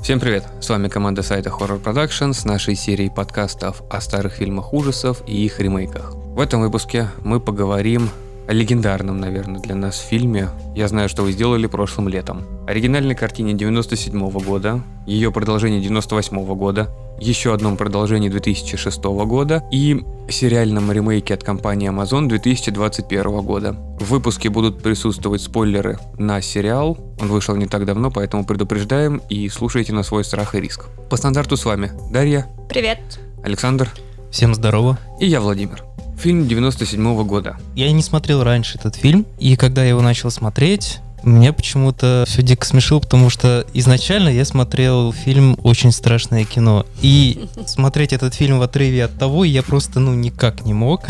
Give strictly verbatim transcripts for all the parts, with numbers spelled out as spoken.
Всем привет! С вами команда сайта Horror Production с нашей серией подкастов о старых фильмах ужасов и их ремейках. В этом выпуске мы поговорим о легендарном, наверное, для нас фильме «Я знаю, что вы сделали прошлым летом». Оригинальной картине девяносто седьмого года, ее продолжение девяносто восьмого года, еще одном продолжении две тысячи шестого года и сериальном ремейке от компании Amazon две тысячи двадцать первого года. В выпуске будут присутствовать спойлеры на сериал, он вышел не так давно, поэтому предупреждаем и слушайте на свой страх и риск. По стандарту с вами Дарья. Привет. Александр. Всем здорово. И я, Владимир. Фильм девяносто седьмого года. Я не смотрел раньше этот фильм, и когда я его начал смотреть, меня почему-то все дико смешило, потому что изначально я смотрел фильм «Очень страшное кино», и смотреть этот фильм в отрыве от того я просто, ну, никак не мог.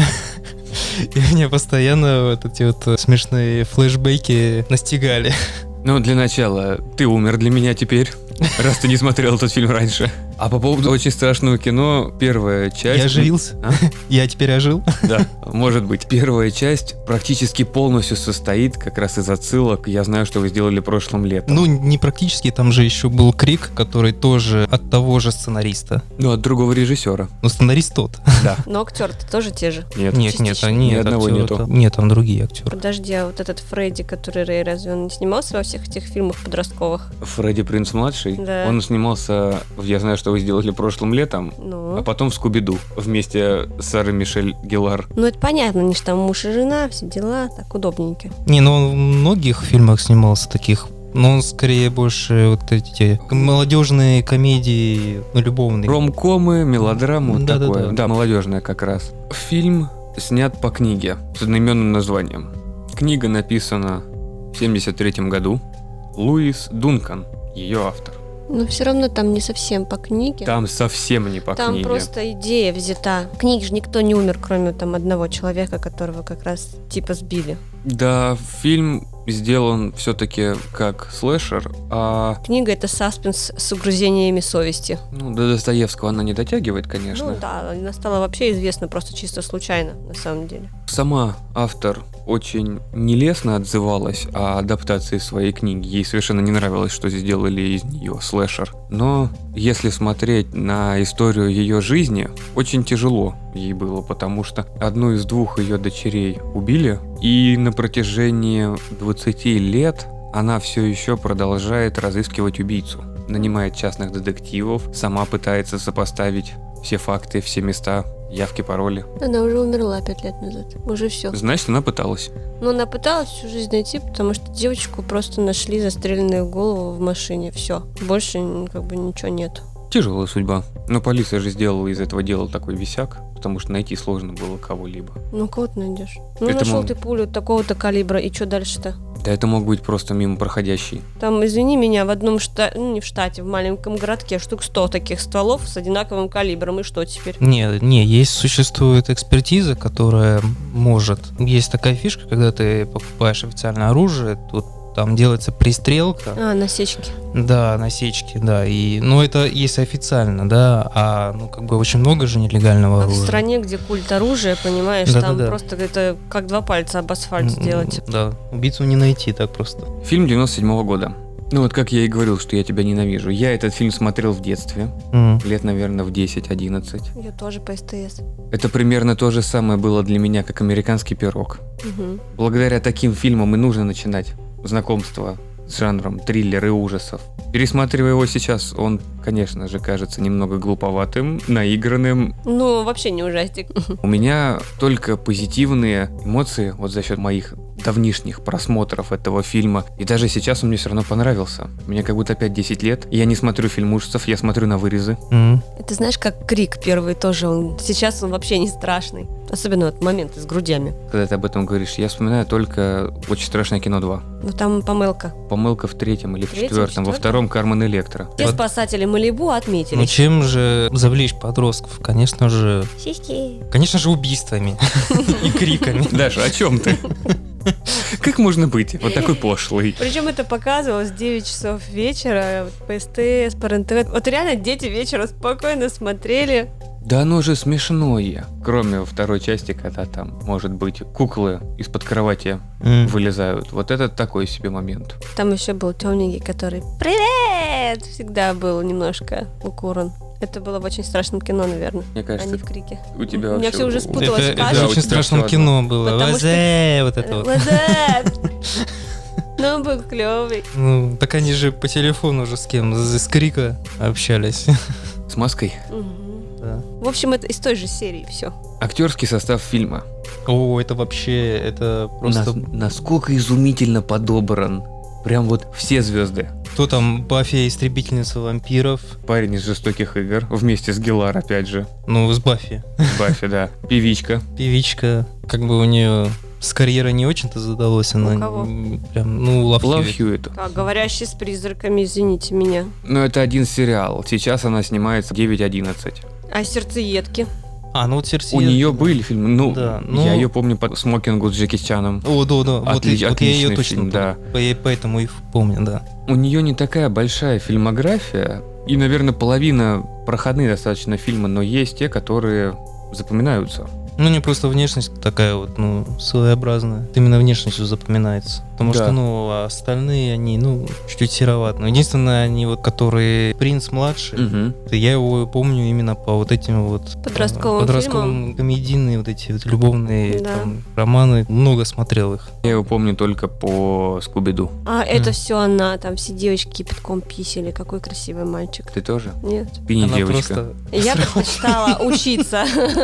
И меня постоянно вот эти вот смешные флешбеки настигали. Ну, для начала, ты умер для меня теперь, раз ты не смотрел этот фильм раньше. А по поводу «Очень страшного кино», первая часть... Я оживился. А? Я теперь ожил. Да, может быть. Первая часть практически полностью состоит как раз из отсылок «Я знаю, что вы сделали прошлым летом». Ну, не практически, там же еще был «Крик», который тоже от того же сценариста. Ну, от другого режиссера. Но сценарист тот. Да. Но актеры-то тоже те же. Нет, нет, нет, ни нет, одного актера, нету. Там, нет, там другие актеры. Подожди, а вот этот Фредди, который Рэй, разве он не снимался во всех этих фильмах подростковых? Фредди Принц-младший? Да. Он снимался в «Я знаю, что вы сделали прошлым летом», Ну. а потом в «Скуби-Ду» вместе с Сарой Мишель Геллар. Ну, это понятно, они же там муж и жена, все дела, так удобненько. Не, ну он в многих фильмах снимался таких, но он скорее больше вот эти молодежные комедии, ну, любовные. Ромкомы, мелодрамы, вот Да, да, такое. да. Да, молодежная как раз. Фильм снят по книге с одноименным названием. Книга написана в семьдесят третьем году. Луис Дункан, ее автор. Но все равно там не совсем по книге. Там совсем не по Там книге. просто идея взята. В книге же никто не умер, кроме там одного человека, которого как раз типа сбили. Да, фильм сделан все-таки как слэшер, а... Книга — это саспенс с угрызениями совести. Ну, до Достоевского она не дотягивает, конечно. Ну да, она стала вообще известна просто чисто случайно, на самом деле. Сама автор очень нелестно отзывалась о адаптации своей книги. Ей совершенно не нравилось, что сделали из нее слэшер. Но если смотреть на историю ее жизни, очень тяжело ей было, потому что одну из двух ее дочерей убили, и на протяжении двадцати лет она все еще продолжает разыскивать убийцу. Нанимает частных детективов, сама пытается сопоставить все факты, все места, явки, пароли. Она уже умерла пять лет назад. Уже все. Значит, она пыталась. Но она пыталась всю жизнь найти, потому что девочку просто нашли застреленную голову в машине. Все. Больше как бы ничего нет. Тяжелая судьба. Но полиция же сделала из этого дела такой висяк, потому что найти сложно было кого-либо. Ну, кого ты найдешь? Ну, Это нашел мог- ты пулю такого-то калибра, и что дальше-то? Да это мог быть просто мимо проходящий. Там, извини меня, в одном штате, ну не в штате, в маленьком городке штук сто таких стволов с одинаковым калибром, и что теперь? Не, не, есть, существует экспертиза, которая может... Есть такая фишка, когда ты покупаешь официальное оружие, тут там делается пристрелка. А, насечки. Да, насечки, да. И, ну, это если официально, да, а ну как бы очень много же нелегального А в оружия. стране, где культ оружия, понимаешь, там Да-да-да. просто это как два пальца об асфальт сделать. Да, убийцу не найти так просто. Фильм девяносто седьмого года. Ну вот как я и говорил, что я тебя ненавижу. Я этот фильм смотрел в детстве, М. лет, наверное, в десять-одиннадцать. Я тоже по СТС. Это примерно то же самое было для меня, как «Американский пирог». Угу. Благодаря таким фильмам и нужно начинать знакомство с жанром триллер и ужасов. Пересматривая его сейчас, он, конечно же, кажется немного глуповатым, наигранным. Ну, вообще не ужастик. У меня только позитивные эмоции вот за счет моих давнишних просмотров этого фильма. И даже сейчас он мне все равно понравился. Мне как будто опять десять лет. И я не смотрю фильм ужасов, я смотрю на вырезы. М. Это знаешь, как Крик первый тоже, он сейчас он вообще не страшный. Особенно вот моменты с грудями. Когда ты об этом говоришь, я вспоминаю только «Очень страшное кино два». Ну там помылка. Помылка в третьем или в Третьем, четвертом. Во четвертом? втором «Кармен Электро». Все Вот. спасатели Малибу отметили. Ну чем же завлечь подростков? Конечно же, Сиськи. конечно же убийствами и криками. Даша, о чем ты? Как можно быть вот такой пошлый? Причем это показывалось в девять часов вечера вот по СТС, по РЕН-ТВ. Вот реально дети вечером спокойно смотрели. Да оно же смешное. Кроме второй части, когда там, может быть, куклы из-под кровати М. вылезают. Вот это такой себе момент. Там еще был темненький, который «Привет!» Лазает всегда был немножко укурен. Это было в очень страшном кино, наверное, Мне кажется, а не в Крике. у тебя У меня вообще... все уже спуталось Это, в это каше. Да, у очень тебя страшном всё кино было. Потому что- Лазе, вот это вот. Лазает! Ну, был клевый. Ну, так они же по телефону уже с кем? С Крика общались. С маской. Да. В общем, это из той же серии все. Актерский состав фильма. О, это вообще, это просто... Нас- насколько изумительно подобран. Прям вот все звезды. Кто там? Баффи, истребительница вампиров. Парень из «Жестоких игр» вместе с Гелар, опять же. Ну, с Баффи. Баффи, да. Певичка. Певичка. Как бы у нее с карьерой не очень-то задалось. Она У кого? м, прям, ну, Лав Лав Хьюитт. Хьюитт. Как говорящий с призраками, извините меня. Но это один сериал. Сейчас она снимается девять одиннадцать. А сердцеедки? А, ну вот сердце. У нее были фильмы. Ну, Да, ну- я ее помню по «Смокингу» с Джеки Чаном. О, да, да. Вот, Отли- и- вот я ее отличный точно фильм, да. помню. По- Поэтому и помню, да. У нее не такая большая фильмография. И, наверное, половина проходные достаточно фильмы, но есть те, которые запоминаются. Ну, не просто внешность такая вот, ну, своеобразная. Именно внешностью запоминается. Потому Да. что, ну, а остальные, они, ну, чуть-чуть сероваты. Но единственное, они вот, которые принц младший, Мгм. это я его помню именно по вот этим вот Подростковым э, подростковым комедийные вот эти вот любовные Да. там, романы. Много смотрел их. Я его помню только по «Скуби-Ду». А это Мгм. все она, там все девочки кипятком писали. Какой красивый мальчик. Ты тоже? Нет. Пини Она девочка. просто... Я предпочитала учиться.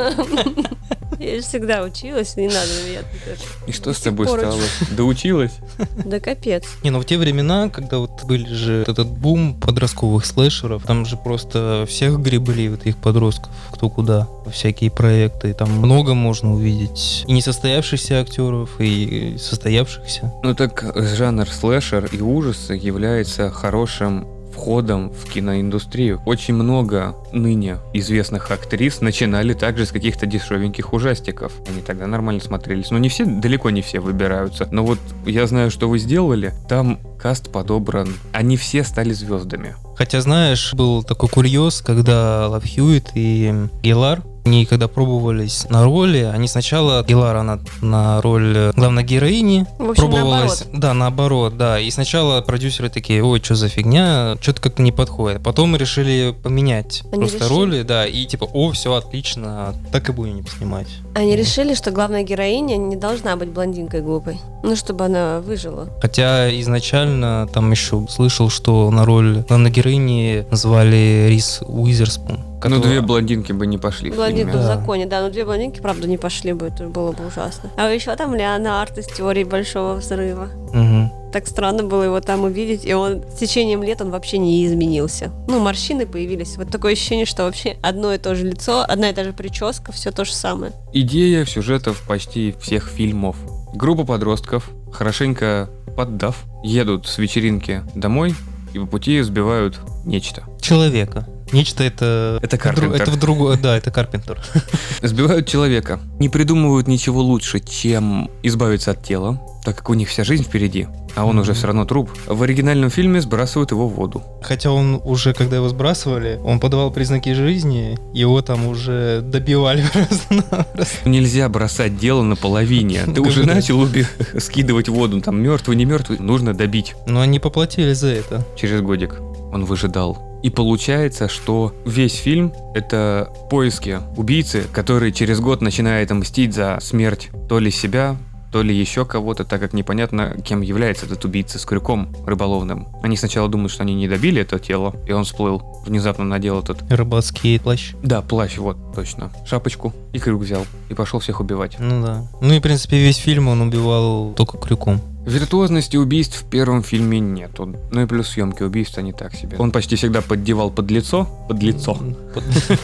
Я же всегда училась, не надо меня тут это. И что До с сих тобой пор стало? Доучилась? Да капец. Не, ну в те времена, когда вот были же вот этот бум подростковых слэшеров, там же просто всех гребли, вот их подростков, кто куда, во всякие проекты. Там много можно увидеть и несостоявшихся актеров, и состоявшихся. Ну так жанр слэшер и ужасы является хорошим входом в киноиндустрию. Очень много ныне известных актрис начинали также с каких-то дешевеньких ужастиков. Они тогда нормально смотрелись. Но не все, далеко не все выбираются. Но вот я знаю, что вы сделали. Там каст подобран. Они все стали звездами. Хотя, знаешь, был такой курьез, когда Лав Хьюитт и Гелар, они когда пробовались на роли, они сначала, Гелар, она на роль главной героини, В общем, пробовалась, наоборот. да, наоборот, да, и сначала продюсеры такие, ой, что за фигня, что-то как-то не подходит. Потом мы решили поменять Они просто решили? роли, да, и типа, о, все отлично, так и будем снимать. Они решили, что главная героиня не должна быть блондинкой глупой. Ну, чтобы она выжила. Хотя изначально там еще слышал, что на роль главной героини звали Рис Уизерспун. Ну, которая- две блондинки бы не пошли в Блондинка фильме. в Да. законе, да, но две блондинки, правда, не пошли бы, это было бы ужасно. А еще там Леонард из теории Большого Взрыва. Мгм. Так странно было его там увидеть, и он с течением лет он вообще не изменился. Ну, морщины появились. Вот такое ощущение, что вообще одно и то же лицо, одна и та же прическа, все то же самое. Идея сюжетов почти всех фильмов. Группа подростков, хорошенько поддав, едут с вечеринки домой и по пути сбивают нечто. Человека. Нечто это... Это дру- Карпентер. Это в другое, да, это Карпентер. Сбивают человека. Не придумывают ничего лучше, чем избавиться от тела, так как у них вся жизнь впереди, а он Мгм. уже все равно труп. В оригинальном фильме сбрасывают его в воду. Хотя он уже, когда его сбрасывали, он подавал признаки жизни, его там уже добивали просто-напросто. Нельзя бросать дело наполовине. Ты уже Да-да-да. начал уби- скидывать воду, там мертвый, не мертвый, нужно добить. Но они поплатили за это. Через годик он выжидал. И получается, что весь фильм — это поиски убийцы, который через год начинает мстить за смерть то ли себя, то ли еще кого-то, так как непонятно, кем является этот убийца с крюком рыболовным. Они сначала думают, что они не добили это тело, и он всплыл, внезапно надел этот... Рыбацкий плащ. Да, плащ, вот, точно. Шапочку и крюк взял, и пошел всех убивать. Ну да. Ну и, в принципе, весь фильм он убивал только крюком. Виртуозности убийств в первом фильме нету. Ну и плюс съемки убийств, они так себе. Он почти всегда поддевал под лицо, под лицо, Под-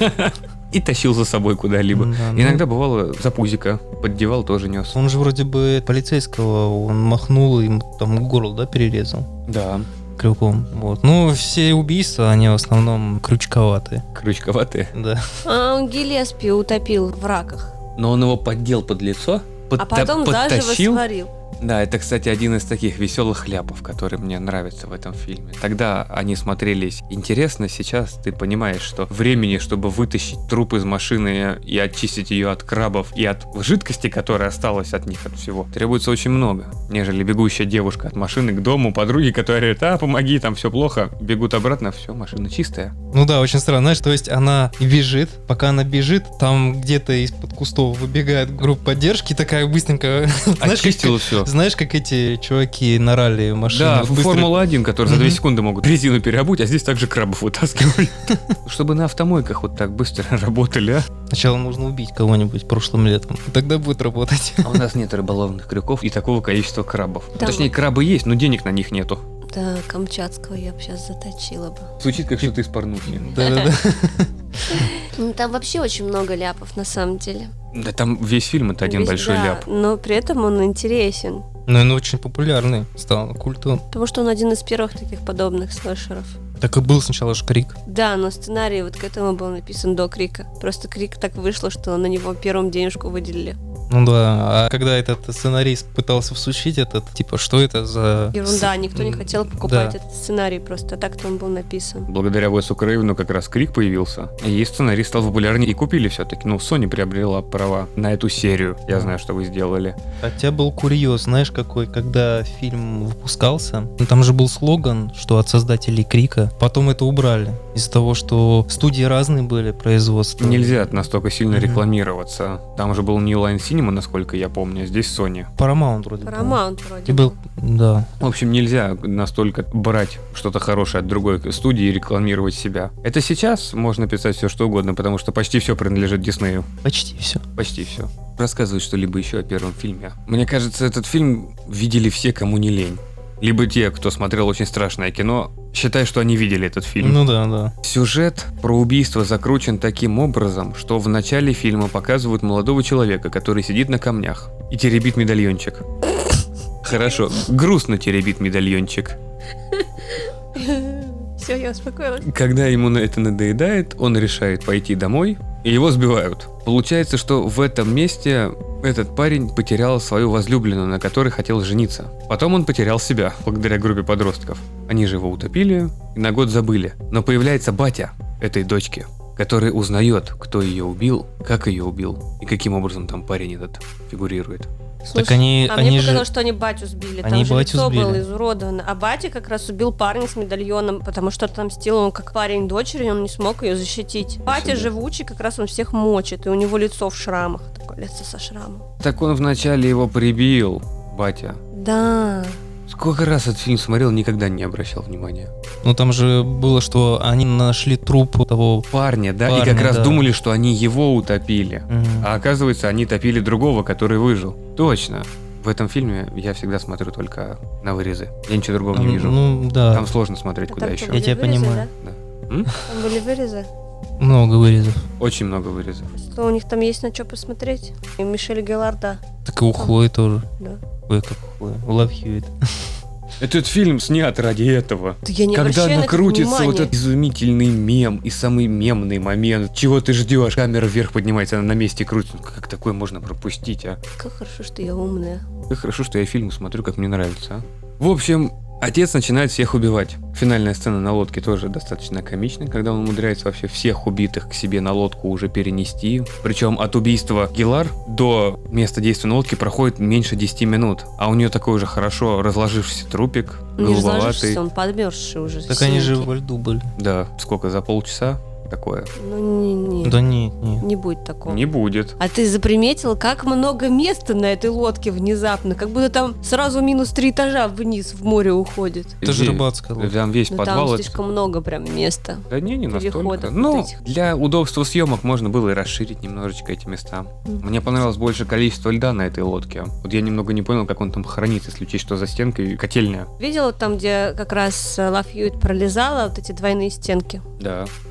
и тащил за собой куда-либо. Да, ну, Иногда бывало за пузика, поддевал, тоже нес. Он же вроде бы полицейского, он махнул и ему там горло, да, перерезал Да, крюком. Вот. Ну, все убийства, они в основном крючковатые. крючковатые. Да. А он Гиллеспи утопил в раках, Но он его поддел под лицо, а подта- потом заживо подтащил, сварил. Да, это, кстати, один из таких веселых ляпов, который мне нравится в этом фильме. Тогда они смотрелись интересно, сейчас ты понимаешь, что времени, чтобы вытащить труп из машины и очистить ее от крабов и от жидкости, которая осталась от них, от всего, требуется очень много, нежели бегущая девушка от машины к дому, подруги, которые говорят: а, помоги, там все плохо, бегут обратно, все, машина чистая. Ну да, очень странно, знаешь, то есть она бежит, пока она бежит, там где-то из-под кустов выбегает группа поддержки, такая быстренько... Очистила все. Знаешь, как эти чуваки на ралли машины? Да, быстро... Формула один, которые за две секунды могут резину переобуть, а здесь также крабов вытаскивают. Чтобы на автомойках вот так быстро работали, а? Сначала нужно убить кого-нибудь прошлым летом, тогда будет работать. А у нас нет рыболовных крюков и такого количества крабов. Да. Точнее, крабы есть, но денег на них нету. Да, камчатского я бы сейчас заточила бы. Звучит как что-то из порнухи. Да-да-да. Ну, там вообще очень много ляпов, на самом деле. Да там весь фильм это один Весь- большой да, ляп. но при этом он интересен. Но он очень популярный стал, культовым. Потому что он один из первых таких подобных слэшеров. Так и был сначала же Крик. Да, но сценарий вот к этому был написан до Крика. Просто Крик так вышло, что на него первым денежку выделили. Ну да, а когда этот сценарист пытался всучить этот, типа, что это за... Ерунда, никто не хотел покупать Да. этот сценарий, просто так-то он был написан. Благодаря Уэсу Крейвену как раз Крик появился. И сценарист стал популярнее. И купили все-таки. Ну, Sony приобрела права на эту серию. Я знаю, что вы сделали. Хотя был курьез, знаешь, какой, когда фильм выпускался, ну, там же был слоган, что от создателей Крика. Потом это убрали. Из-за того, что студии разные были, производства. Нельзя настолько сильно Мгм. рекламироваться. Там же был New Line Cinema, насколько я помню. а Здесь Sony. Paramount вроде был. Paramount вроде И был, да. В общем, нельзя настолько брать что-то хорошее от другой студии и рекламировать себя. Это сейчас можно писать все что угодно, потому что почти все принадлежит Диснею. Почти все. Почти все. Рассказывать что-либо еще о первом фильме. Мне кажется, этот фильм видели все, кому не лень. Либо те, кто смотрел очень страшное кино, считай, что они видели этот фильм. Ну да, да. Сюжет про убийство закручен таким образом, что в начале фильма показывают молодого человека, который сидит на камнях и теребит медальончик. Хорошо, грустно теребит медальончик. Все, я успокоилась. Когда ему на это надоедает, он решает пойти домой, и его сбивают. Получается, что в этом месте этот парень потерял свою возлюбленную, на которой хотел жениться. Потом он потерял себя, благодаря группе подростков. Они же его утопили и на год забыли. Но появляется батя этой дочки, который узнает, кто ее убил, как ее убил и каким образом там парень этот фигурирует. Слушай, Так они, а они мне же... показалось, что они батю сбили. Они Там же батю лицо сбили. было изуродовано. А батя как раз убил парня с медальоном, потому что отомстил он как парень дочери, он не смог ее защитить. Батя живучий, как раз он всех мочит, и у него лицо в шрамах. Такое лицо со шрамом. Так он вначале его прибил, батя. Да. Сколько раз этот фильм смотрел, никогда не обращал внимания. Ну там же было, что они нашли труп того... Парня, да? и Парня, как раз да. думали, что они его утопили. Мгм. А оказывается, они топили другого, который выжил. Точно. В этом фильме я всегда смотрю только на вырезы. Я ничего другого не вижу. Ну да, Там сложно смотреть, А куда там еще. что, Я были тебя вырезы, понимаю. Да. М? да? Там были вырезы. много вырезов. Очень много вырезов. Что у них там есть на что посмотреть? И Мишель Геллар, да. Так и у Хлои тоже. Да. Ой, как у Хлои. У Лав Хьюитт. Этот фильм снят ради этого. Да я не Когда обращаю на это накрутится вот внимания. этот изумительный мем и самый мемный момент. Чего ты ждешь? Камера вверх поднимается, она на месте крутится. Ну, как такое можно пропустить, а? Как хорошо, что я умная. Как хорошо, что я фильмы смотрю, как мне нравится, а? В общем, отец начинает всех убивать. Финальная сцена на лодке тоже достаточно комичная, когда он умудряется вообще всех убитых к себе на лодку уже перенести. Причем от убийства Геллар до места действия на лодке проходит меньше десяти минут. А у нее такой уже хорошо разложившийся трупик, Не голубоватый. разложившийся, он подмерзший уже. Так они же синенький. во льду были. Да, сколько, за полчаса? Такое. Ну, не, не, Да нет, нет. не будет такого. Не будет. А ты заприметил, как много места на этой лодке внезапно? Как будто там сразу минус три этажа вниз в море уходит. Это же Где- рыбацкая лодка. Там весь Ну подвал. там это- слишком много прям места. Да не, не настолько. переходов Ну, вот этих. для удобства съемок можно было и расширить немножечко эти места. Мгм. Мне понравилось больше количество льда на этой лодке. Вот я немного не понял, как он там хранится, если учесть, что за стенкой котельная. Видела там, где как раз Лав Хьюитт пролезала, вот эти двойные стенки? Да, Ну, благодаря это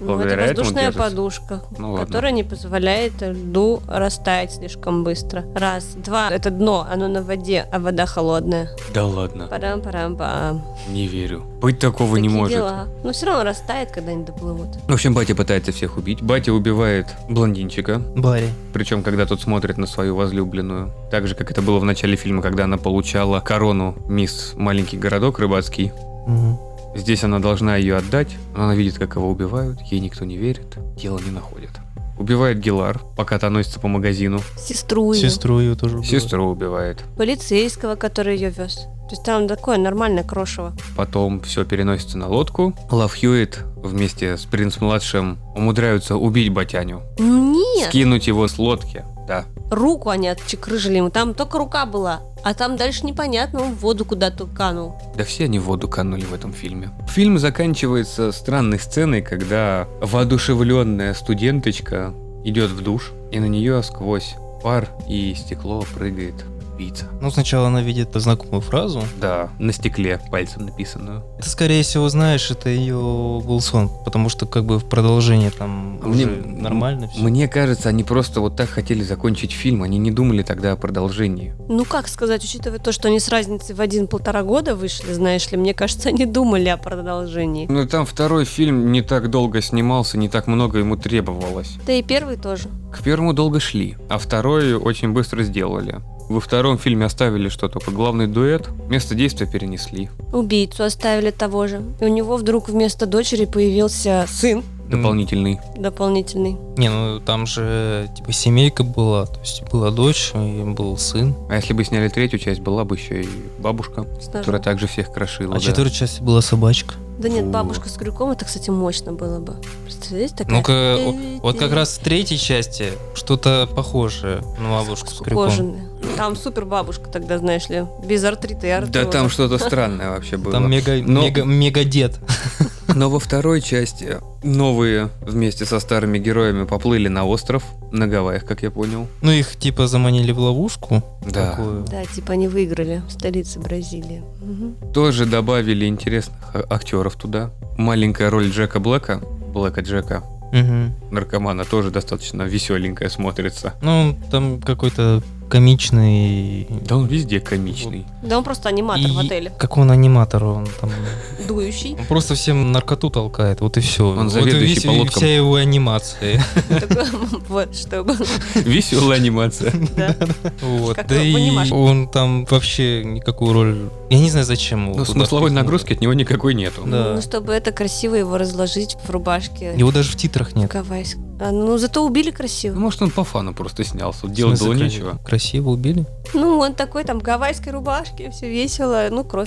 поэтому воздушная держится. подушка, Ну ладно. которая не позволяет льду растаять слишком быстро. Раз. Два. Это дно, оно на воде, а вода холодная. Да ладно, Парам-парам-пам. не верю. Быть такого не Такие может. дела. Но все равно растает, когда они доплывут. В общем, батя пытается всех убить. Батя убивает блондинчика, Барри. причем когда тот смотрит на свою возлюбленную. Так же, как это было в начале фильма, когда она получала корону мисс Маленький городок рыбацкий. Мгм. Здесь она должна ее отдать, но она видит, как его убивают, ей никто не верит, тело не находит. Убивает Гелар, пока та носится по магазину. Сестру ее. Сестру ее тоже убила. Сестру убивает. Полицейского, который ее вез. То есть там такое нормальное крошево. Потом все переносится на лодку. Лав Хьюитт вместе с принц-младшим умудряются убить Батяню. Нет, Скинуть его с лодки. Да. руку они отчекрыжили ему. Там только рука была. А там дальше непонятно, он в воду куда-то канул. Да все они в воду канули в этом фильме. Фильм заканчивается странной сценой, когда воодушевленная студенточка идет в душ, и на нее сквозь пар и стекло прыгает убийца. Ну, сначала она видит знакомую фразу. Да, на стекле пальцем написанную. Это, скорее всего, знаешь, это ее был сон, потому что как бы в продолжении там Мне- уже нормально все. Мне кажется, они просто вот так хотели закончить фильм, они не думали тогда о продолжении. Ну, как сказать, учитывая то, что они с разницей в один-полтора года вышли, знаешь ли, мне кажется, они думали о продолжении. Ну там второй фильм не так долго снимался, не так много ему требовалось. Да и первый тоже. К первому долго шли, а второй очень быстро сделали. Во втором фильме оставили что, только главный дуэт, место действия перенесли. Убийцу оставили того же. И у него вдруг вместо дочери появился сын Дополнительный. дополнительный. Не, ну там же типа семейка была, то есть была дочь и был сын. А если бы сняли третью часть, была бы еще и бабушка, С ножом. которая также всех крошила. А да. четвертой части была собачка. Да нет, Фу. бабушка с крюком, это, кстати, мощно было бы. Представляете, такая... Ну-ка, вот как раз в третьей части что-то похожее на бабушку с крюком. Кожаная. Там супер бабушка тогда, знаешь ли, без артрита и артроза. Да там что-то странное вообще было. Там мега, Но- мега, мегадед. Но во второй части новые вместе со старыми героями поплыли на остров, на Гавайях, как я понял. Ну, их типа заманили в ловушку. Да. такую. Да, типа они выиграли в столице Бразилии. Мгм. Тоже добавили интересных а- актеров туда. Маленькая роль Джека Блэка, Блэка Джека, Мгм. наркомана, тоже достаточно веселенькая смотрится. Ну, он там какой-то комичный. Да он везде комичный. Да он просто аниматор И в отеле. Как он аниматор, он там. Дующий. Он просто всем наркоту толкает, вот и все. Он вот и заведующий весь- по лодкам. Вся его анимация. Такой, Вот, что было. Веселая анимация. Да. Вот. Как Да в и анимашке. он там вообще никакую роль. Я не знаю, зачем его. Но туда смысловой впихнули. нагрузки от него никакой нету. Да. Ну, чтобы это красиво его разложить в рубашке. Его даже в титрах нет. Гавайск. А, ну, зато убили Ну, красиво. может, он по фану просто снялся. В Делать было смысле, нечего. Красиво убили. Ну, он такой там в гавайской рубашке, все весело, ну, кровь.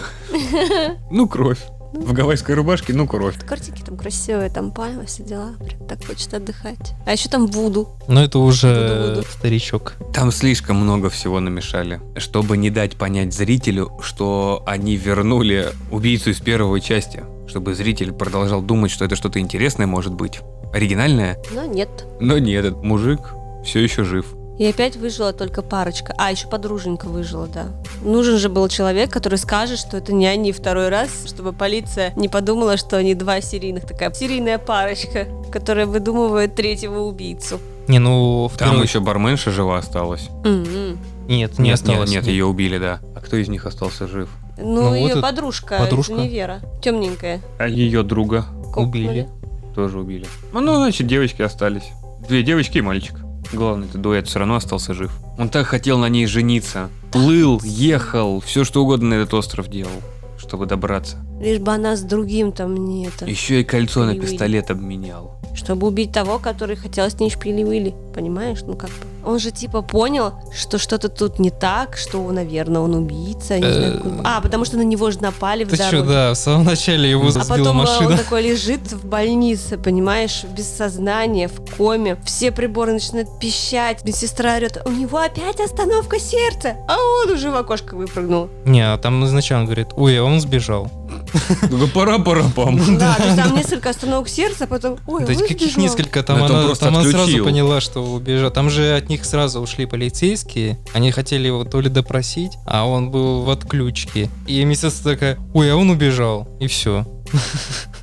Ну, кровь. В гавайской рубашке, ну, кровь. Картинки там красивые, там пальма, все дела. Прям так хочется отдыхать. А еще там Вуду. Но это уже Буду-буду. старичок. Там слишком много всего намешали, чтобы не дать понять зрителю, что они вернули убийцу из первой части. Чтобы зритель продолжал думать, что это что-то интересное может быть. Оригинальное. Но нет. Но нет, этот мужик все еще жив. И опять выжила только парочка. А, еще подруженька выжила, да. Нужен же был человек, который скажет, что это не они второй раз, чтобы полиция не подумала, что они два серийных. Такая серийная парочка, которая выдумывает третьего убийцу. Не, ну Там второй... еще барменша жива осталась. М-м. Нет, не нет, осталось. Нет, нет, ее убили, да. А кто из них остался жив? Ну, Ну, вот ее это подружка, подружка. из универа. Темненькая. А ее друга Убили. тоже убили. Ну, ну, значит, девочки остались. Две девочки и мальчик. Главный это дуэт все равно остался жив. Он так хотел на ней жениться. Плыл, ехал, все что угодно на этот остров делал, чтобы добраться. Лишь бы она с другим там не это. Еще и кольцо на Шпили-выли. пистолет обменял. Чтобы убить того, который хотел с ней шпили-выли. Понимаешь? Ну как бы. Он же типа понял, что что-то тут не так, что, наверное, он убийца. Не знаю, какой- А, потому что на него же напали в Ты что, дороге. да, в самом начале его А сбила потом э, машина. он такой лежит в больнице, понимаешь, без сознания, в коме. Все приборы начинают пищать. Медсестра орет, у него опять остановка сердца. А он уже в окошко выпрыгнул. Не, а там изначально говорит, ой, а он сбежал. пора пора пам Да, то есть там несколько остановок сердца, а потом, ой, Да вы каких сбежал. несколько, там Это он она, просто там она сразу отключил. поняла, что убежал. Там же от них сразу ушли полицейские, они хотели его то ли допросить, а он был в отключке. И медсестра такая, ой, а он убежал, и все.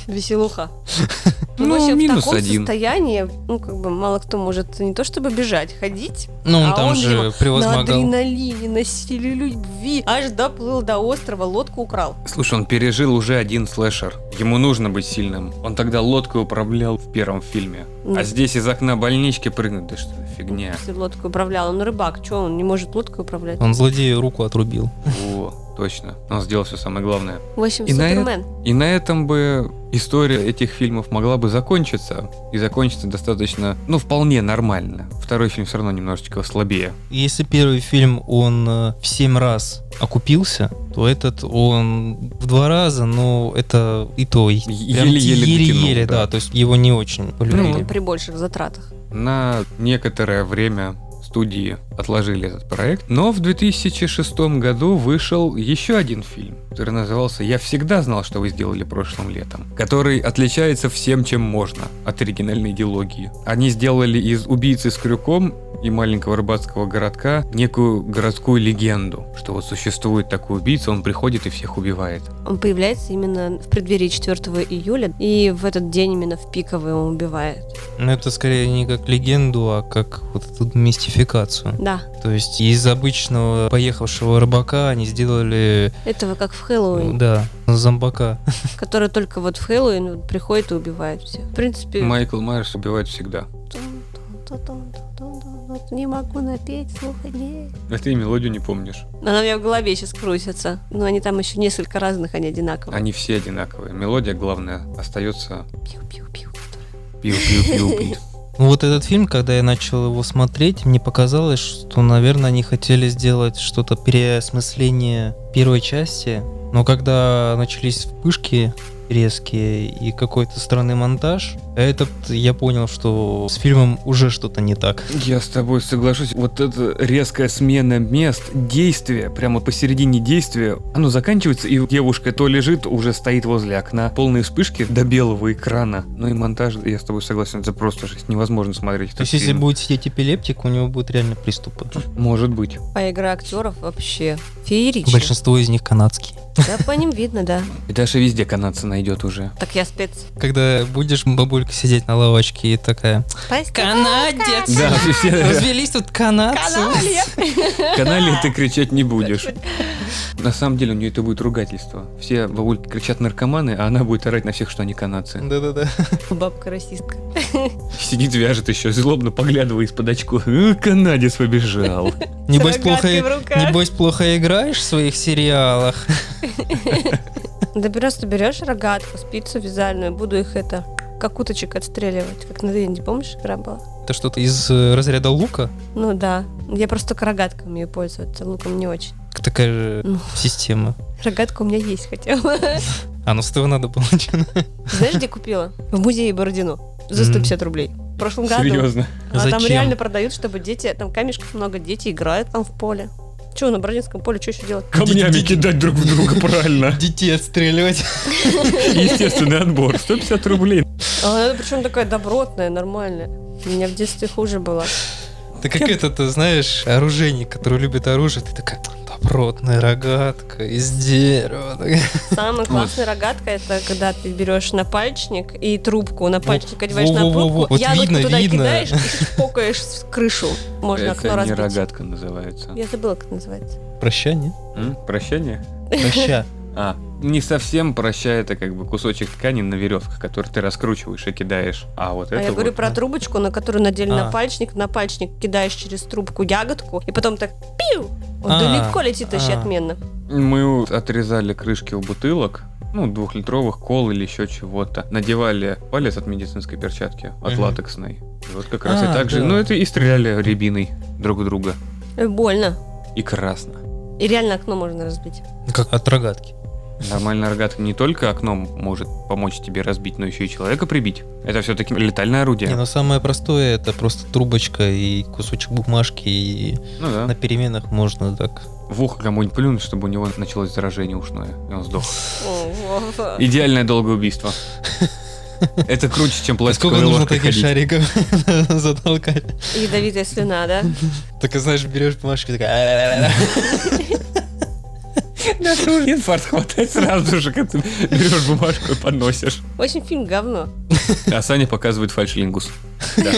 Веселуха. Ну, в общем, в минус таком один. состоянии, ну, как бы, мало кто может не то чтобы бежать, ходить. Ну, он а там он же его на превозмогал. адреналине, на силе любви. Аж доплыл до острова, лодку украл. Слушай, он пережил уже один слэшер. Ему нужно быть сильным. Он тогда лодкой управлял в первом фильме. Ну. А здесь из окна больнички прыгнуть, да что, фигня. Если лодкой управлял, он рыбак, что он не может лодкой управлять? Он злодею руку отрубил. О, точно. Он сделал все самое главное. В общем, И на Супермен. И на этом бы история этих фильмов могла бы закончиться. И закончиться достаточно, ну, вполне нормально. Второй фильм все равно немножечко слабее. Если первый фильм, он э, в семь раз окупился, то этот он в два раза, но это и то и прям Еле-еле дотянул, еле-еле, да. да, то есть его не очень Ну, полюбили. при больших затратах. На некоторое время студии отложили этот проект, но в две тысячи шестом году вышел еще один фильм, который назывался «Я всегда знал, что вы сделали прошлым летом», который отличается всем, чем можно от оригинальной идеологии. Они сделали из «Убийцы с крюком» и маленького рыбацкого городка некую городскую легенду, что вот существует такой убийца, он приходит и всех убивает. Он появляется именно в преддверии четвёртого июля, и в этот день именно в пиковый он убивает. Но это скорее не как легенду, а как вот эту мистификацию. Да, То есть из обычного поехавшего рыбака они сделали, этого как в Хэллоуин, да, зомбака. который только вот в Хэллоуин вот приходит и убивает всех. В принципе... Майкл Майерс убивает всегда. Не могу напеть, слуха нет. А ты и мелодию не помнишь. Она у меня в голове сейчас крутится. Но они там еще несколько разных, они одинаковые. Они все одинаковые. Мелодия, главное, остается Пиу-пиу-пиу. пиу-пиу-пиу-пиу. Ну, вот этот фильм, когда я начал его смотреть, мне показалось, что, наверное, они хотели сделать что-то переосмысление первой части, но когда начались вспышки резкие и какой-то странный монтаж, этот я понял, что с фильмом уже что-то не так. Я с тобой соглашусь. Вот эта резкая смена мест, действия, прямо посередине действия, оно заканчивается, и девушка то лежит, уже стоит возле окна, полные вспышки до белого экрана. Ну и монтаж, я с тобой согласен, это просто жесть, невозможно смотреть. То есть, если будет сидеть эпилептик, у него будут реально приступы. Может быть. А игра актеров вообще фееричная. Большинство из них канадские. Да, по ним видно, да. И даже везде канадца найдет уже. Так я спец. Когда будешь, бабулька, сидеть на лавочке и такая: «Канадец!» Да, все Развелись тут канадцы. канале ты кричать не будешь. На самом деле у нее это будет ругательство. Все бабульки кричат наркоманы, а она будет орать на всех, что они канадцы. Да-да-да. Бабка-расистка. Сидит, вяжет еще, злобно поглядывая из-под очков. «Э, канадец побежал. Небось, С плохо, рогаткой в руках. небось, плохо играешь в своих сериалах. Да просто берешь рогатку, спицу вязальную, буду их это, как уточек отстреливать, как на Денде, помнишь, игра была? Это что-то из э, разряда лука? Ну да, я просто только рогаткой умею пользоваться, луком не очень. Такая же Ну. система. Рогатка у меня есть хотя бы. А, ну с этого надо было начинать. Знаешь, где купила? В музее Бородино. За сто пятьдесят рублей. В прошлом году. Серьезно. А там Зачем? реально продают, чтобы дети, там камешков много, дети играют там в поле. Че, на Бородинском поле, что еще делать? Камнями кидать друг в друга, правильно. Детей отстреливать. Естественный отбор. сто пятьдесят рублей. А она причем такая добротная, нормальная. У меня в детстве хуже было. Ты как этот, ты знаешь, оружейник, который любит оружие, ты такая: добротная рогатка из дерева. Самая классная рогатка — это когда ты берешь напальчник и трубку напальчник одеваешь на во-во-во-во. трубку, Вот ягодку видно, туда видно. кидаешь и чпокаешь в крышу. Можно окно Это не разбить. рогатка называется. Я забыла, как называется. Прощание? М? Прощание? Проща. А, не совсем прощай, это как бы кусочек ткани на веревках, который ты раскручиваешь и кидаешь. А вот А это я говорю вот, про да. трубочку, на которую надели А. напальчник. Напальчник кидаешь через трубку ягодку, и потом так пиу! Он А. далеко летит вообще А. отменно. Мы отрезали крышки у бутылок, ну, двухлитровых кол или еще чего-то. Надевали палец от медицинской перчатки, от Мгм. латексной. И вот как раз А, и так же. да. Ну, это и стреляли рябиной друг в друга. Ой, больно. И красно. И реально окно можно разбить. Как от рогатки. Нормальная рогатка не только окном может помочь тебе разбить, но еще и человека прибить. Это все-таки летальное орудие. Не, ну самое простое — это просто трубочка и кусочек бумажки, и Ну да. на переменах можно так. В ухо кому-нибудь плюнуть, чтобы у него началось заражение ушное, и он сдох. О, во. Идеальное долгое убийство. Это круче, чем Сколько пластиковой нужно ложкой таких ходить. шариков затолкать? Ядовитая слюна, да? Так, и знаешь, берешь бумажку и такая... Даже уже инфаркт хватает сразу же, когда ты берешь бумажку и подносишь. В общем, фильм говно. А Саня показывает фальшлингус. Да.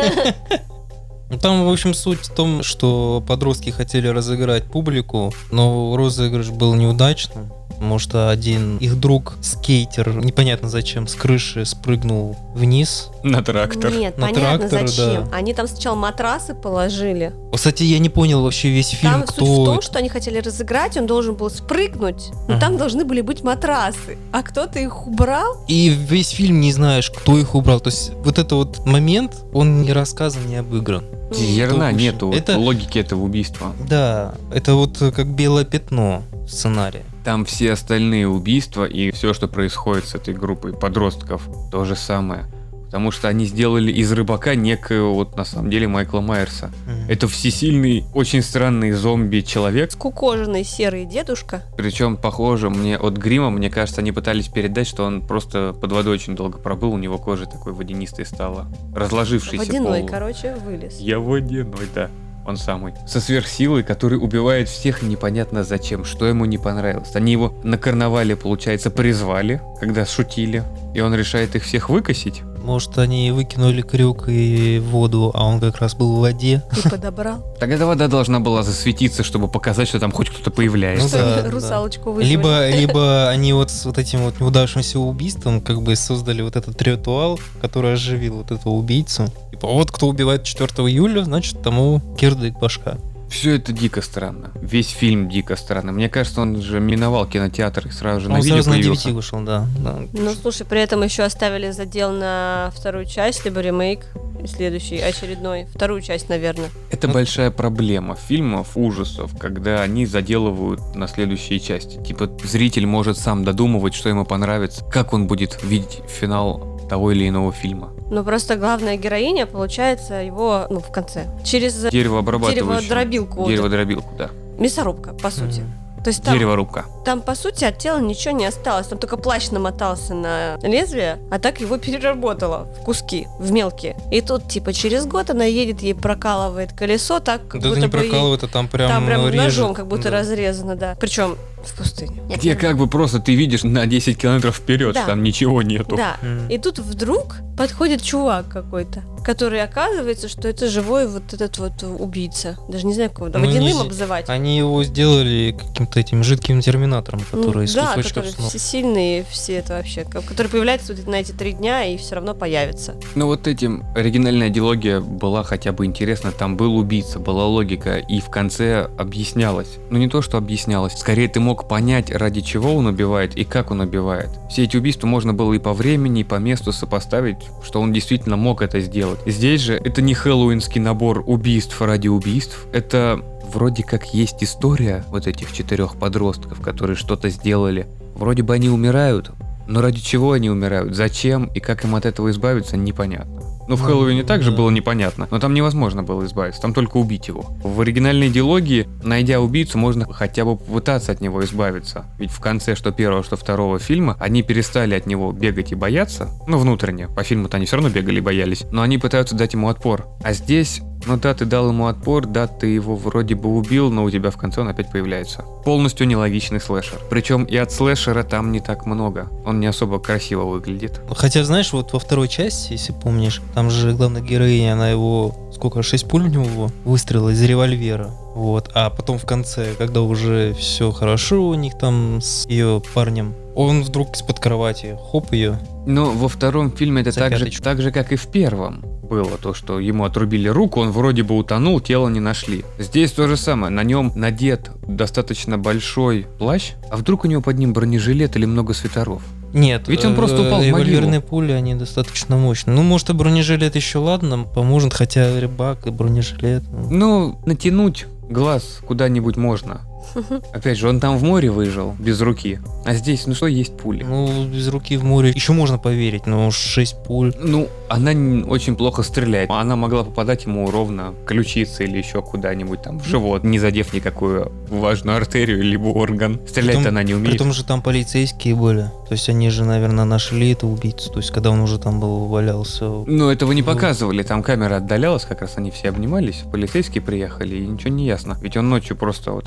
Ну, там, в общем, суть в том, что подростки хотели разыграть публику, но розыгрыш был неудачным, потому что один их друг, скейтер, непонятно зачем, с крыши спрыгнул вниз. На трактор. Нет, На понятно трактор, зачем. да. Они там сначала матрасы положили. Кстати, я не понял вообще весь фильм, Там кто... суть в том, это. что они хотели разыграть, он должен был спрыгнуть, но Ага. там должны были быть матрасы. А кто-то их убрал. И весь фильм не знаешь, кто их убрал. То есть вот этот вот момент, он не рассказан, не обыгран. Зерна Что нету вот это- логики этого убийства. Да, это вот как белое пятно в сценарии. Там все остальные убийства и все, что происходит с этой группой подростков, то же самое. Потому что они сделали из рыбака некоего, вот на самом деле, Майкла Майерса. Мгм. Это всесильный, очень странный зомби-человек. Скукоженный серый дедушка. Причем, похоже, мне от грима, мне кажется, они пытались передать, что он просто под водой очень долго пробыл, у него кожа такой водянистой стала, разложившейся Водяной, полу. короче, вылез. Я водяной, да. Он самый. Со сверхсилой, который убивает всех непонятно зачем, что ему не понравилось. Они его на карнавале, получается, призвали, когда шутили, и он решает их всех выкосить. Может, они выкинули крюк и воду, а он как раз был в воде. И подобрал. Так эта вода должна была засветиться, чтобы показать, что там хоть кто-то появляется. Ну да, да. Русалочку вызвали. Либо, либо они вот с вот этим вот неудавшимся убийством как бы создали вот этот ритуал, который оживил вот этого убийцу. Типа, вот кто убивает четвёртого июля, значит, тому кирдык башка. Все это дико странно. Весь фильм дико странно. Мне кажется, он же миновал кинотеатр и сразу же на Он видео сразу на появился. девяти вышел, да. да. Ну, слушай, при этом еще оставили задел на вторую часть, либо ремейк, и следующий, очередной. Вторую часть, наверное. Это Ну, большая проблема фильмов ужасов, когда они заделывают на следующие части. Типа зритель может сам додумывать, что ему понравится, как он будет видеть финал того или иного фильма. Но просто главная героиня, получается, его, ну, в конце. Через Деревообрабатывающую. дереводробилку. Вот Дереводробилку, да. эту. Мясорубка, по сути. Мгм. То есть там, Дереворубка. там, по сути, от тела ничего не осталось. Там только плащ намотался на лезвие, а так его переработало в куски, в мелкие. И тут, типа, через год она едет, ей прокалывает колесо, так, как Да это будто не бы ей- прокалывает, а там прям там прям режет. ножом как будто Да. разрезано, да. Причем в пустыне. Где как бы просто ты видишь на десять километров вперед, Да. что там ничего нету. Да. Мгм. И тут вдруг подходит чувак какой-то, который оказывается, что это живой вот этот вот убийца. Даже не знаю, кого. Да, Ну, водяным не- обзывать. Они его сделали каким-то этим жидким терминатором, Ну, который из да, кусочков которые снов. все сильные, все это вообще, ко- который появляется вот на эти три дня и все равно появится. Ну вот этим оригинальная диалогия была хотя бы интересна. Там был убийца, была логика, и в конце объяснялось. Ну не то, что объяснялось. Скорее ты мог понять, ради чего он убивает и как он убивает. Все эти убийства можно было и по времени, и по месту сопоставить, что он действительно мог это сделать. Здесь же это не хэллоуинский набор убийств ради убийств. Это вроде как есть история вот этих четырех подростков, которые что-то сделали. Вроде бы они умирают, но ради чего они умирают, зачем и как им от этого избавиться, непонятно. Ну, в Ну, Хэллоуине также да. было непонятно, но там невозможно было избавиться, там только убить его. В оригинальной идеологии, найдя убийцу, можно хотя бы попытаться от него избавиться. Ведь в конце что первого, что второго фильма, они перестали от него бегать и бояться. Ну, внутренне. По фильму-то они все равно бегали и боялись. Но они пытаются дать ему отпор. А здесь, ну да, ты дал ему отпор, да, ты его вроде бы убил, но у тебя в конце он опять появляется. Полностью нелогичный слэшер. Причем и от слэшера там не так много. Он не особо красиво выглядит. Хотя, знаешь, вот во второй части, если помнишь, там же главная героиня, она его, сколько, шесть пуль у него выстрела из револьвера. Вот. А потом в конце, когда уже все хорошо у них там с ее парнем, он вдруг из-под кровати, хоп, ее. Но во втором фильме это За так же, пяточку. так же, как и в первом. Было то, что ему отрубили руку, он вроде бы утонул, тело не нашли. Здесь то же самое, на нем надет достаточно большой плащ, а вдруг у него под ним бронежилет или много свитеров? Нет, Ведь он просто э, упал в револьверные могилу. пули, они достаточно мощные. Ну, может, и бронежилет еще ладно, поможет, хотя рыбак и бронежилет. ну. Ну, натянуть глаз куда-нибудь можно. Опять же, он там в море выжил, без руки. А здесь, ну что есть пули? Ну, без руки в море еще можно поверить, но шесть пуль. Ну, она н- очень плохо стреляет. Она могла попадать ему ровно в ключицы или еще куда-нибудь там в живот, не задев никакую важную артерию либо орган. Стрелять-то Притом- она не умеет. Притом же там полицейские были. То есть они же, наверное, нашли эту убийцу. То есть когда он уже там был, валялся. Ну, этого не Ну. показывали, там камера отдалялась, как раз они все обнимались, полицейские приехали, и ничего не ясно. Ведь он ночью просто, вот она его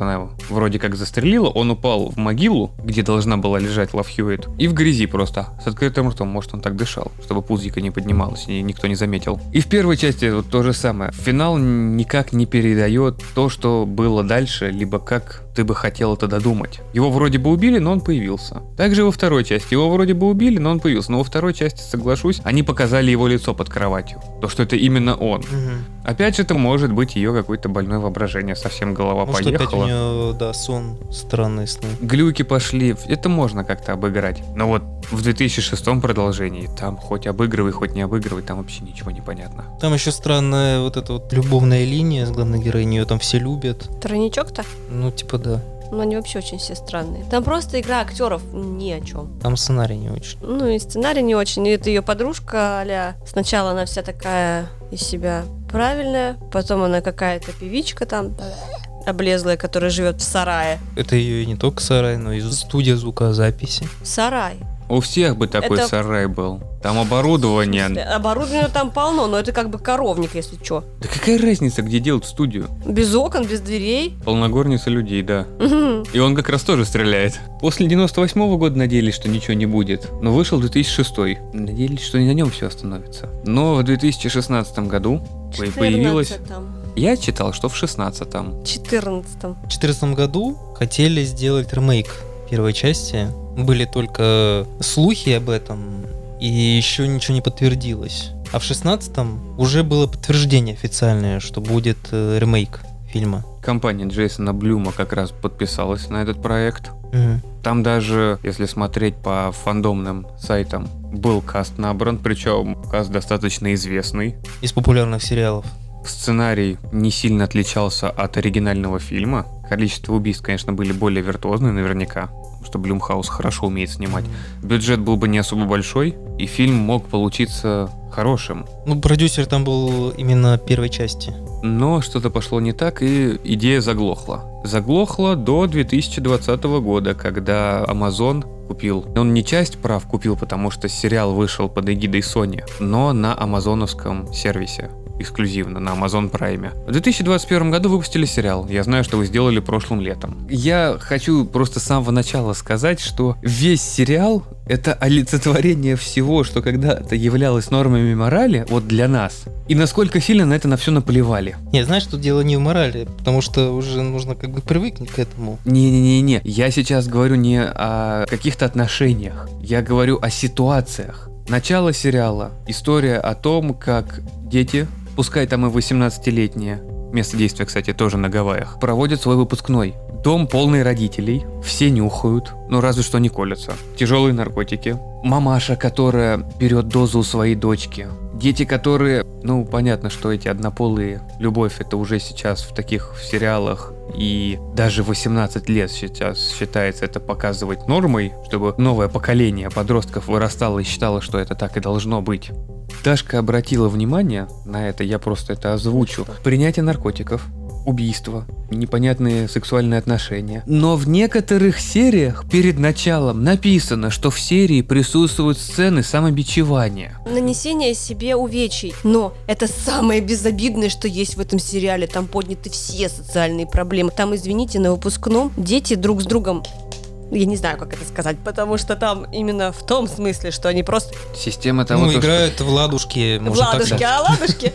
вроде как застрелила, он упал в могилу, где должна была лежать Лав Хьюитт, и в грязи просто, с открытым ртом, может, он так дышал, чтобы пузико не поднималось, и никто не заметил. И в первой части вот то же самое. Финал никак не передает то, что было дальше, либо как ты бы хотел это додумать. Его вроде бы убили, но он появился. Также во второй части. Его вроде бы убили, но он появился. Но во второй части, соглашусь, они показали его лицо под кроватью. То, что это именно он. Угу. Опять же, это может быть ее какое-то больное воображение. Совсем голова Может, поехала. опять у нее, да, сон, странные сны. Глюки пошли. Это можно как-то обыграть. Но вот в две тысячи шестом продолжении там хоть обыгрывай, хоть не обыгрывай, там вообще ничего не понятно. Там еще странная вот эта вот любовная линия с главной героиней. Ее там все любят. Тройничок-то? Ну, типа, да. Ну, они вообще очень все странные. Там просто игра актеров ни о чем. Там сценарий не очень. Ну, и сценарий не очень. И это ее подружка, а-ля. Сначала она вся такая из себя правильная, потом она какая-то певичка там облезлая, которая живет в сарае. Это ее не только сарай, но и студия звукозаписи. Сарай. У всех бы такой Это- сарай был. Там оборудование. Оборудования там полно, но это как бы коровник, если что. Да какая разница, где делать студию? Без окон, без дверей. Полногорница людей, да. Мгм. И он как раз тоже стреляет. После девяносто восьмого года надеялись, что ничего не будет. Но вышел две тысячи шестой. Надеялись, что не на нем все остановится. Но в две тысячи шестнадцатом году по- появилась... четырнадцатом. Я читал, что в шестнадцатом. четырнадцатом. В две тысячи четырнадцатом году хотели сделать ремейк первой части. Были только слухи об этом, и еще ничего не подтвердилось. А в шестнадцатом уже было подтверждение официальное, что будет э, ремейк фильма. Компания Джейсона Блюма как раз подписалась на этот проект. Мгм. Там даже, если смотреть по фандомным сайтам, был каст набран, причем каст достаточно известный. Из популярных сериалов. Сценарий не сильно отличался от оригинального фильма. Количество убийств, конечно, были более виртуозные наверняка, потому что Блюмхаус хорошо умеет снимать. Бюджет был бы не особо большой, и фильм мог получиться хорошим. Ну, продюсер там был именно первой части. Но что-то пошло не так, и идея заглохла. Заглохла до две тысячи двадцатого года, когда Amazon купил. Он не часть прав купил, потому что сериал вышел под эгидой Sony, но на амазоновском сервисе. Эксклюзивно на Amazon Prime. В две тысячи двадцать первом году выпустили сериал. Я знаю, что вы сделали прошлым летом. Я хочу просто с самого начала сказать, что весь сериал — это олицетворение всего, что когда-то являлось нормами морали, вот для нас. И насколько сильно на это на все наплевали. Не, знаешь, тут дело не в морали, потому что уже нужно как бы привыкнуть к этому. Не-не-не-не, я сейчас говорю не о каких-то отношениях, я говорю о ситуациях. Начало сериала. История о том, как дети, пускай там и восемнадцатилетние, место действия, кстати, тоже на Гавайях, проводят свой выпускной. Дом полный родителей, все нюхают, ну разве что не колятся. Тяжелые наркотики. Мамаша, которая берет дозу у своей дочки. Дети, которые, ну понятно, что эти однополые, любовь это уже сейчас в таких сериалах, и даже восемнадцать лет сейчас считается это показывать нормой, чтобы новое поколение подростков вырастало и считало, что это так и должно быть. Дашка обратила внимание на это, я просто это озвучу. Принятие наркотиков, убийства, непонятные сексуальные отношения. Но в некоторых сериях перед началом написано, что в серии присутствуют сцены самобичевания. Нанесение себе увечий. Но это самое безобидное, что есть в этом сериале. Там подняты все социальные проблемы. Там, извините, на выпускном дети друг с другом... Я не знаю, как это сказать, потому что там именно в том смысле, что они просто Система того, Ну, то, играют в ладушки, в можно так ладушки, сказать. а ладушки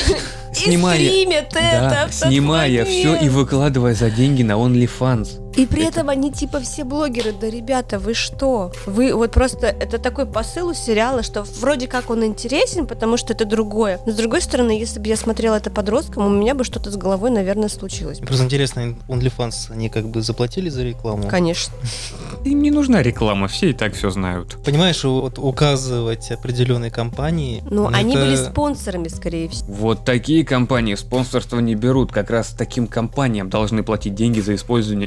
и Снимая- стримят что... это Да, в тот снимая все момент. и выкладывая за деньги на OnlyFans. И при Это- этом они типа все блогеры. Да, ребята, вы что? Вы вот просто... Это такой посыл у сериала, что вроде как он интересен, потому что это другое. Но с другой стороны, если бы я смотрела это подростком, у меня бы что-то с головой, наверное, случилось. Просто интересно, OnlyFans, они как бы заплатили за рекламу? Конечно. Им не нужна реклама, все и так все знают. Понимаешь, вот указывать определенные компании... Ну, они это- были спонсорами, скорее всего. Вот такие компании спонсорство не берут. Как раз таким компаниям должны платить деньги за использование их товаров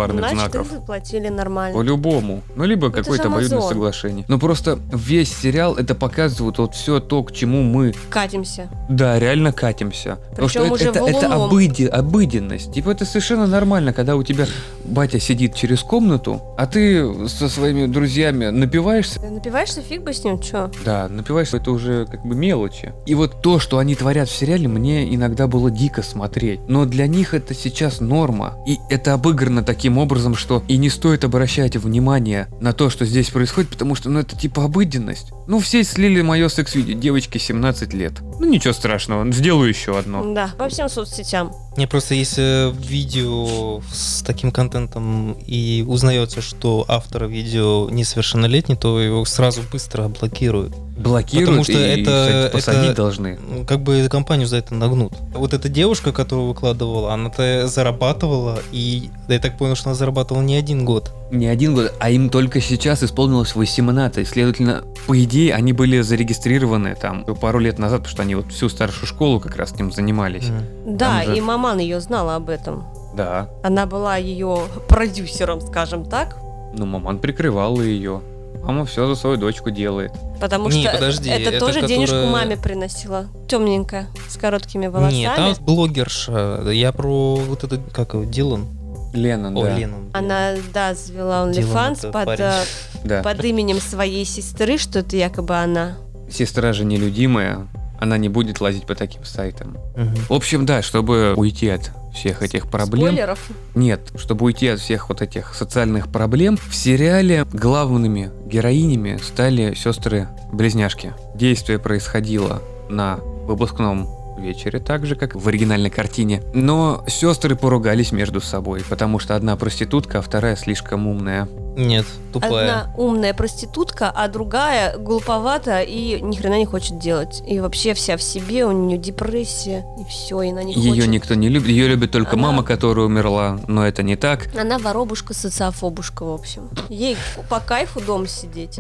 равноправных Значит, знаков. им заплатили нормально. По-любому. Ну, либо Это какое-то же обоюдное Amazon. соглашение. Но просто весь сериал это показывает вот все то, к чему мы, Катимся. да, реально катимся. Потому что Причем уже это, это, это валуном. обыди- обыденность. Типа это совершенно нормально, когда у тебя батя сидит через комнату, а ты со своими друзьями напиваешься. Ты напиваешься, фиг бы с ним, чё? Да, напиваешься, это уже как бы мелочи. И вот то, что они творят в сериале, мне иногда было дико смотреть. Но для них это сейчас норма. И это обыграно таким образом, что и не стоит обращать внимание на то, что здесь происходит, потому что, ну, это типа обыденность. Ну, все слили мое секс-видео, девочке семнадцать лет. Ну, ничего страшного, сделаю еще одно. Да, по всем соцсетям. Не, просто если видео с таким контентом и узнается, что автор видео несовершеннолетний, то его сразу быстро блокируют. Блокируют Потому что и, это- кстати, посадить это- должны. Ну, как бы компанию за это нагнут. Вот эта девушка, которую выкладывала, она-то зарабатывала, и я так понял, что она зарабатывала не один год. Не один год, а им только сейчас исполнилось восемнадцать. Следовательно, по идее, они были зарегистрированы там пару лет назад, потому что они вот всю старшую школу как раз этим занимались. Мгм. Да, Там же- и маман ее знала об этом. Да. Она была ее продюсером, скажем так. Ну, маман прикрывала ее. Мама все за свою дочку делает. Потому Не, что подожди, это, это тоже денежку которая- маме приносила. Темненькая, с короткими волосами. Нет, там блогерша. Я про вот этот, как его, Дилан? Леннон, О, да. Леннон. Она, да, завела Дилан OnlyFans это под, парень. э, Да. под именем своей сестры, что это якобы она. Сестра же нелюдимая, она не будет лазить по таким сайтам. Мгм. В общем, да, чтобы уйти от всех этих проблем... Спойлеров. Нет, чтобы уйти от всех вот этих социальных проблем, в сериале главными героинями стали сестры-близняшки. Действие происходило на выпускном вечере, так же, как в оригинальной картине. Но сестры поругались между собой, потому что одна проститутка, а вторая слишком умная. Нет, тупая. Одна умная проститутка, а другая глуповата и ни хрена не хочет делать. И вообще вся в себе, у нее депрессия, и все, и она не Ее хочет. никто не любит, ее любит только Она- мама, которая умерла, но это не так. Она воробушка, социофобушка, в общем. Ей по кайфу дома сидеть.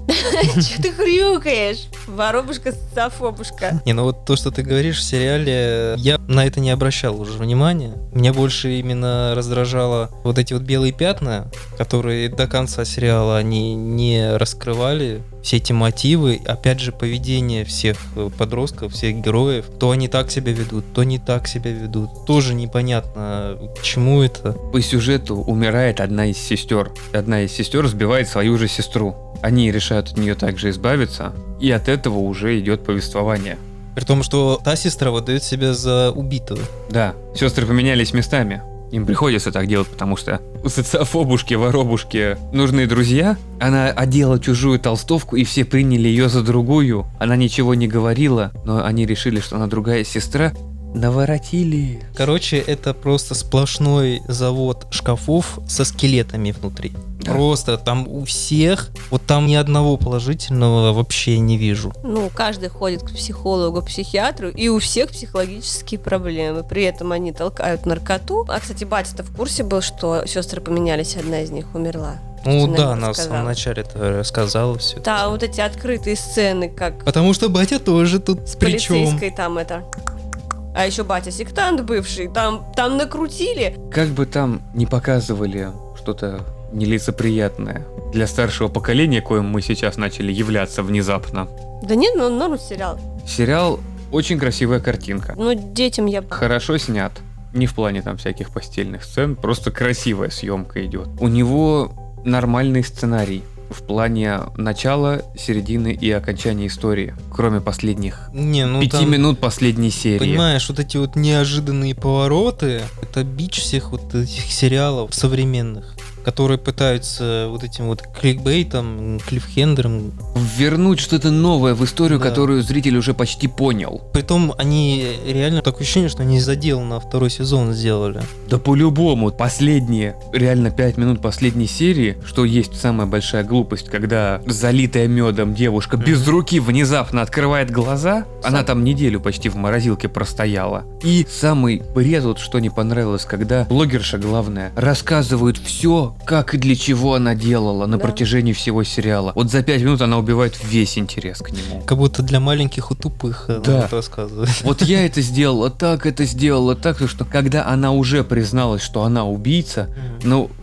Че ты хрюкаешь? Воробушка, социофобушка. Не, ну вот то, что ты говоришь в сериале, я на это не обращал уже внимания. Меня больше именно раздражало вот эти вот белые пятна, которые до конца сериала они не раскрывали. Все эти мотивы, опять же, поведение всех э, подростков, всех героев. То они так себя ведут, то не так себя ведут. Тоже непонятно, к чему это. По сюжету умирает одна из сестер. Одна из сестер сбивает свою же сестру. Они решают от нее также избавиться, и от этого уже идет повествование. При том, что та сестра выдает себя за убитую. Да, сестры поменялись местами. Им приходится так делать, потому что у социофобушки, воробушки нужны друзья. Она одела чужую толстовку, и все приняли ее за другую. Она ничего не говорила, но они решили, что она другая сестра. Наворотили. Короче, это просто сплошной завод шкафов со скелетами внутри. Да. Просто там у всех, вот там ни одного положительного вообще не вижу. Ну, каждый ходит к психологу, к психиатру, и у всех психологические проблемы. При этом они толкают наркоту. А, кстати, батя-то в курсе был, что сестры поменялись, одна из них умерла. Ну Она да, ему она в рассказала. самом начале это рассказала все. Да, вот эти открытые сцены, как Потому что батя тоже тут с при чем? полицейской там это. А еще батя сектант бывший, там, там накрутили. Как бы там не показывали что-то нелицеприятное для старшего поколения, коим мы сейчас начали являться внезапно. Да нет, ну норм сериал. Сериал очень красивая картинка. Ну, детям я... Хорошо снят. Не в плане там всяких постельных сцен, просто красивая съемка идет. У него нормальный сценарий в плане начала, середины и окончания истории, кроме последних Не, ну пяти там, минут последней серии. понимаешь, вот эти вот неожиданные повороты, это бич всех вот этих сериалов современных, которые пытаются вот этим вот кликбейтом, клиффхендером. Вернуть что-то новое в историю, Да. которую зритель уже почти понял. Притом они реально такое ощущение, что они задел на второй сезон сделали. Да по-любому, последние, реально пять минут последней серии, что есть самая большая глупость, когда залитая медом девушка Мгм. без руки внезапно открывает глаза, она там неделю почти в морозилке простояла. И самый бред, вот что не понравилось, когда блогерша главная рассказывает все, как и для чего она делала на Да. протяжении всего сериала. Вот за пять минут она убивает весь интерес к нему. Как будто для маленьких и тупых она Да. вот рассказывает. Вот я это сделала так, это сделала так, потому что когда она уже призналась, что она убийца, ну,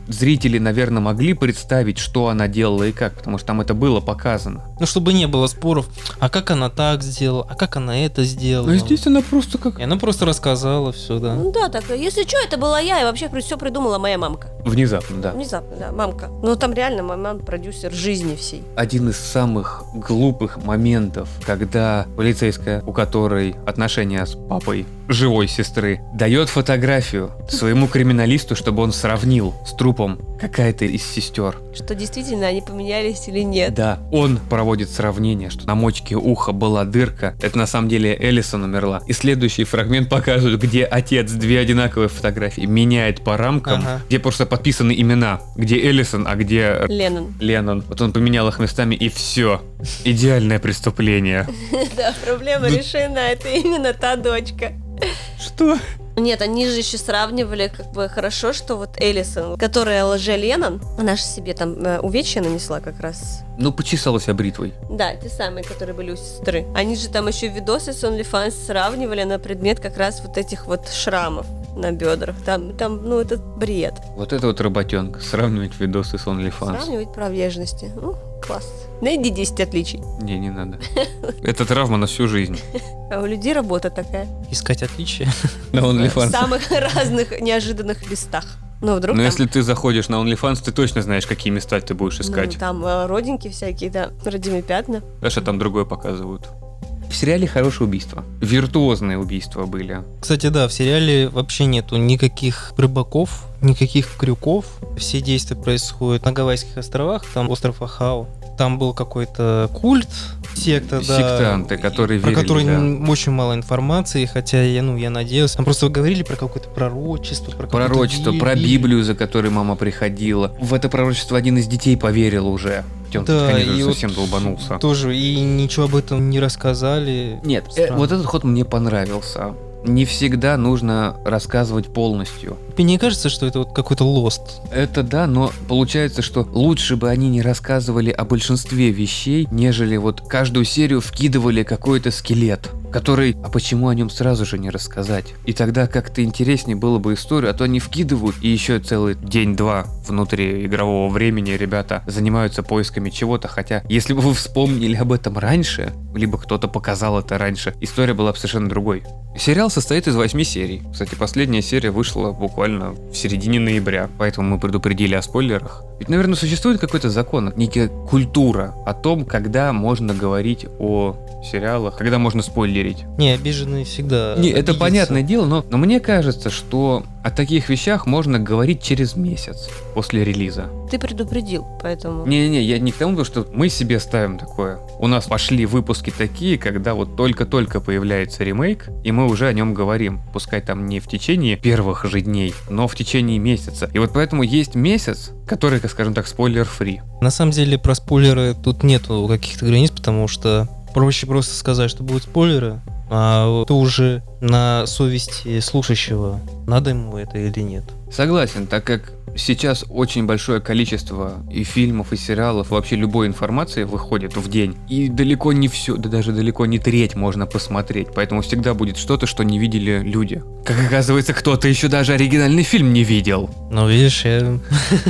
зрители, наверное, могли представить, что она делала и как, потому что там это было показано. Ну, чтобы не было споров, а как она так сделала, а как она это сделала. А здесь она просто как... И она просто рассказала все, да. Ну да, так, если что, это была я, и вообще все придумала моя мамка. Внезапно, да. Внезапно, да, мамка. Ну там реально моя мама продюсер жизни всей. Один из самых глупых моментов, когда полицейская, у которой отношения с папой живой сестры, дает фотографию своему криминалисту, чтобы он сравнил с трупом какая-то из сестер. Что действительно они поменялись или нет. Да, он проводит сравнение, что на мочке уха была дырка. Это на самом деле Эллисон умерла. И следующий фрагмент показывает, где отец, две одинаковые фотографии, меняет по рамкам, Ага. где просто подписаны имена. Где Эллисон, а где Леннон. Леннон. Вот он поменял их местами, и все. Идеальное преступление. Да, проблема решена, это именно та дочка. Что? Нет, они же еще сравнивали, как бы хорошо, что вот Эллисон, которая лже-Леннон, она же себе там э, увечья нанесла как раз. Ну, почесалась я бритвой. Да, те самые, которые были у сестры. Они же там еще видосы с OnlyFans сравнивали на предмет как раз вот этих вот шрамов на бедрах. Там, там, ну, это бред. Вот это вот работенка. Сравнивать видосы с OnlyFans. Сравнивать про внешности. Ну, класс. Найди десять отличий. Не, не надо. Это травма на всю жизнь. А у людей работа такая. Искать отличия. На В OnlyFans. самых разных неожиданных местах. Ну, вдруг Но там, если ты заходишь на OnlyFans, ты точно знаешь, какие места ты будешь ну, искать. там э, родинки всякие, да, родимые пятна. Даже там другое показывают. В сериале хорошее убийство. Виртуозные убийства были. Кстати, да, в сериале вообще нету никаких рыбаков, никаких крюков. Все действия происходят на Гавайских островах, там остров Ахау. Там был какой-то культ, секта, да. Сектанты, которые про верили, который да. н- очень мало информации, хотя я, ну, я надеялся. Там просто говорили про какое-то пророчество, про какую-то Пророчество, би- про би- Библию, за которой мама приходила. В это пророчество один из детей поверил уже. Он, Да, конечно, и вот совсем долбанулся. Тоже, и ничего об этом не рассказали. Нет, э, Странно. вот этот ход мне понравился. Не всегда нужно рассказывать полностью. Тебе не кажется, что это вот какой-то лост? Это да, но получается, что лучше бы они не рассказывали о большинстве вещей, нежели вот каждую серию вкидывали какой-то скелет, который, а почему о нем сразу же не рассказать? И тогда как-то интереснее было бы историю, а то они вкидывают, и еще целый день-два внутри игрового времени ребята занимаются поисками чего-то, хотя если бы вы вспомнили об этом раньше, либо кто-то показал это раньше, история была бы совершенно другой. Сериал состоит из восьми серий. Кстати, последняя серия вышла буквально в середине ноября, поэтому мы предупредили о спойлерах. Ведь, наверное, существует какой-то закон, некая культура о том, когда можно говорить о сериалах, когда можно спойлерить. Не, обиженные всегда Не, это обидятся. понятное дело, но, но мне кажется, что о таких вещах можно говорить через месяц после релиза. Ты предупредил, поэтому... Не-не-не, я не к тому, что мы себе ставим такое. У нас пошли выпуски такие, когда вот только-только появляется ремейк, и мы уже о нем говорим. Пускай там не в течение первых же дней, но в течение месяца. И вот поэтому есть месяц, который, скажем так, спойлер-фри. На самом деле про спойлеры тут нету каких-то границ, потому что проще просто сказать, что будут спойлеры, а это уже на совести слушающего, надо ему это или нет. Согласен, так как сейчас очень большое количество и фильмов, и сериалов, вообще любой информации выходит в день. И далеко не все, да даже далеко не треть можно посмотреть. Поэтому всегда будет что-то, что не видели люди. Как оказывается, кто-то еще даже оригинальный фильм не видел. Ну, видишь, я...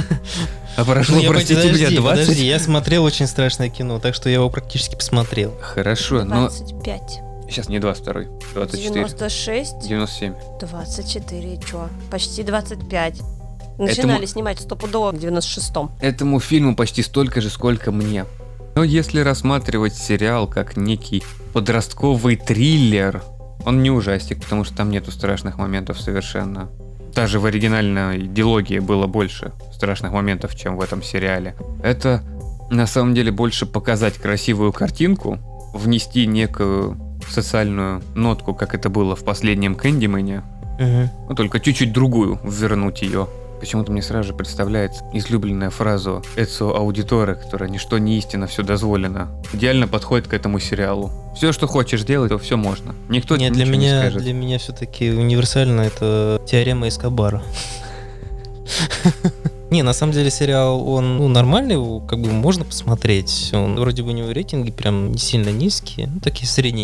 А прошло, Ну, я простите подожди, меня, двадцать... подожди, я смотрел очень страшное кино, так что я его практически посмотрел. Хорошо, но... двадцать пять. Сейчас не двадцать два, двадцать четыре. девяносто шесть. девяносто семь. двадцать четыре, чё? Почти двадцать пять. Начинали Этому- снимать стопудово в девяносто шестом. Этому фильму почти столько же, сколько мне. Но если рассматривать сериал как некий подростковый триллер, он не ужастик, потому что там нету страшных моментов совершенно. Даже в оригинальной дилогии было больше страшных моментов, чем в этом сериале. Это на самом деле больше показать красивую картинку, внести некую социальную нотку, как это было в последнем Кэндимене, Угу. но только чуть-чуть другую вернуть ее. Почему-то мне сразу же представляется излюбленная фраза Эцио Аудиторе, которая «ничто не истина, все дозволено». Идеально подходит к этому сериалу. Все, что хочешь делать, то все можно. Никто Нет, тебе для ничего не меня, скажет. для меня все-таки универсально это теорема Эскобара. Не, на самом деле сериал, он ну, нормальный, его как бы можно посмотреть. Он вроде бы у него рейтинги прям не сильно низкие, ну, такие средненькие.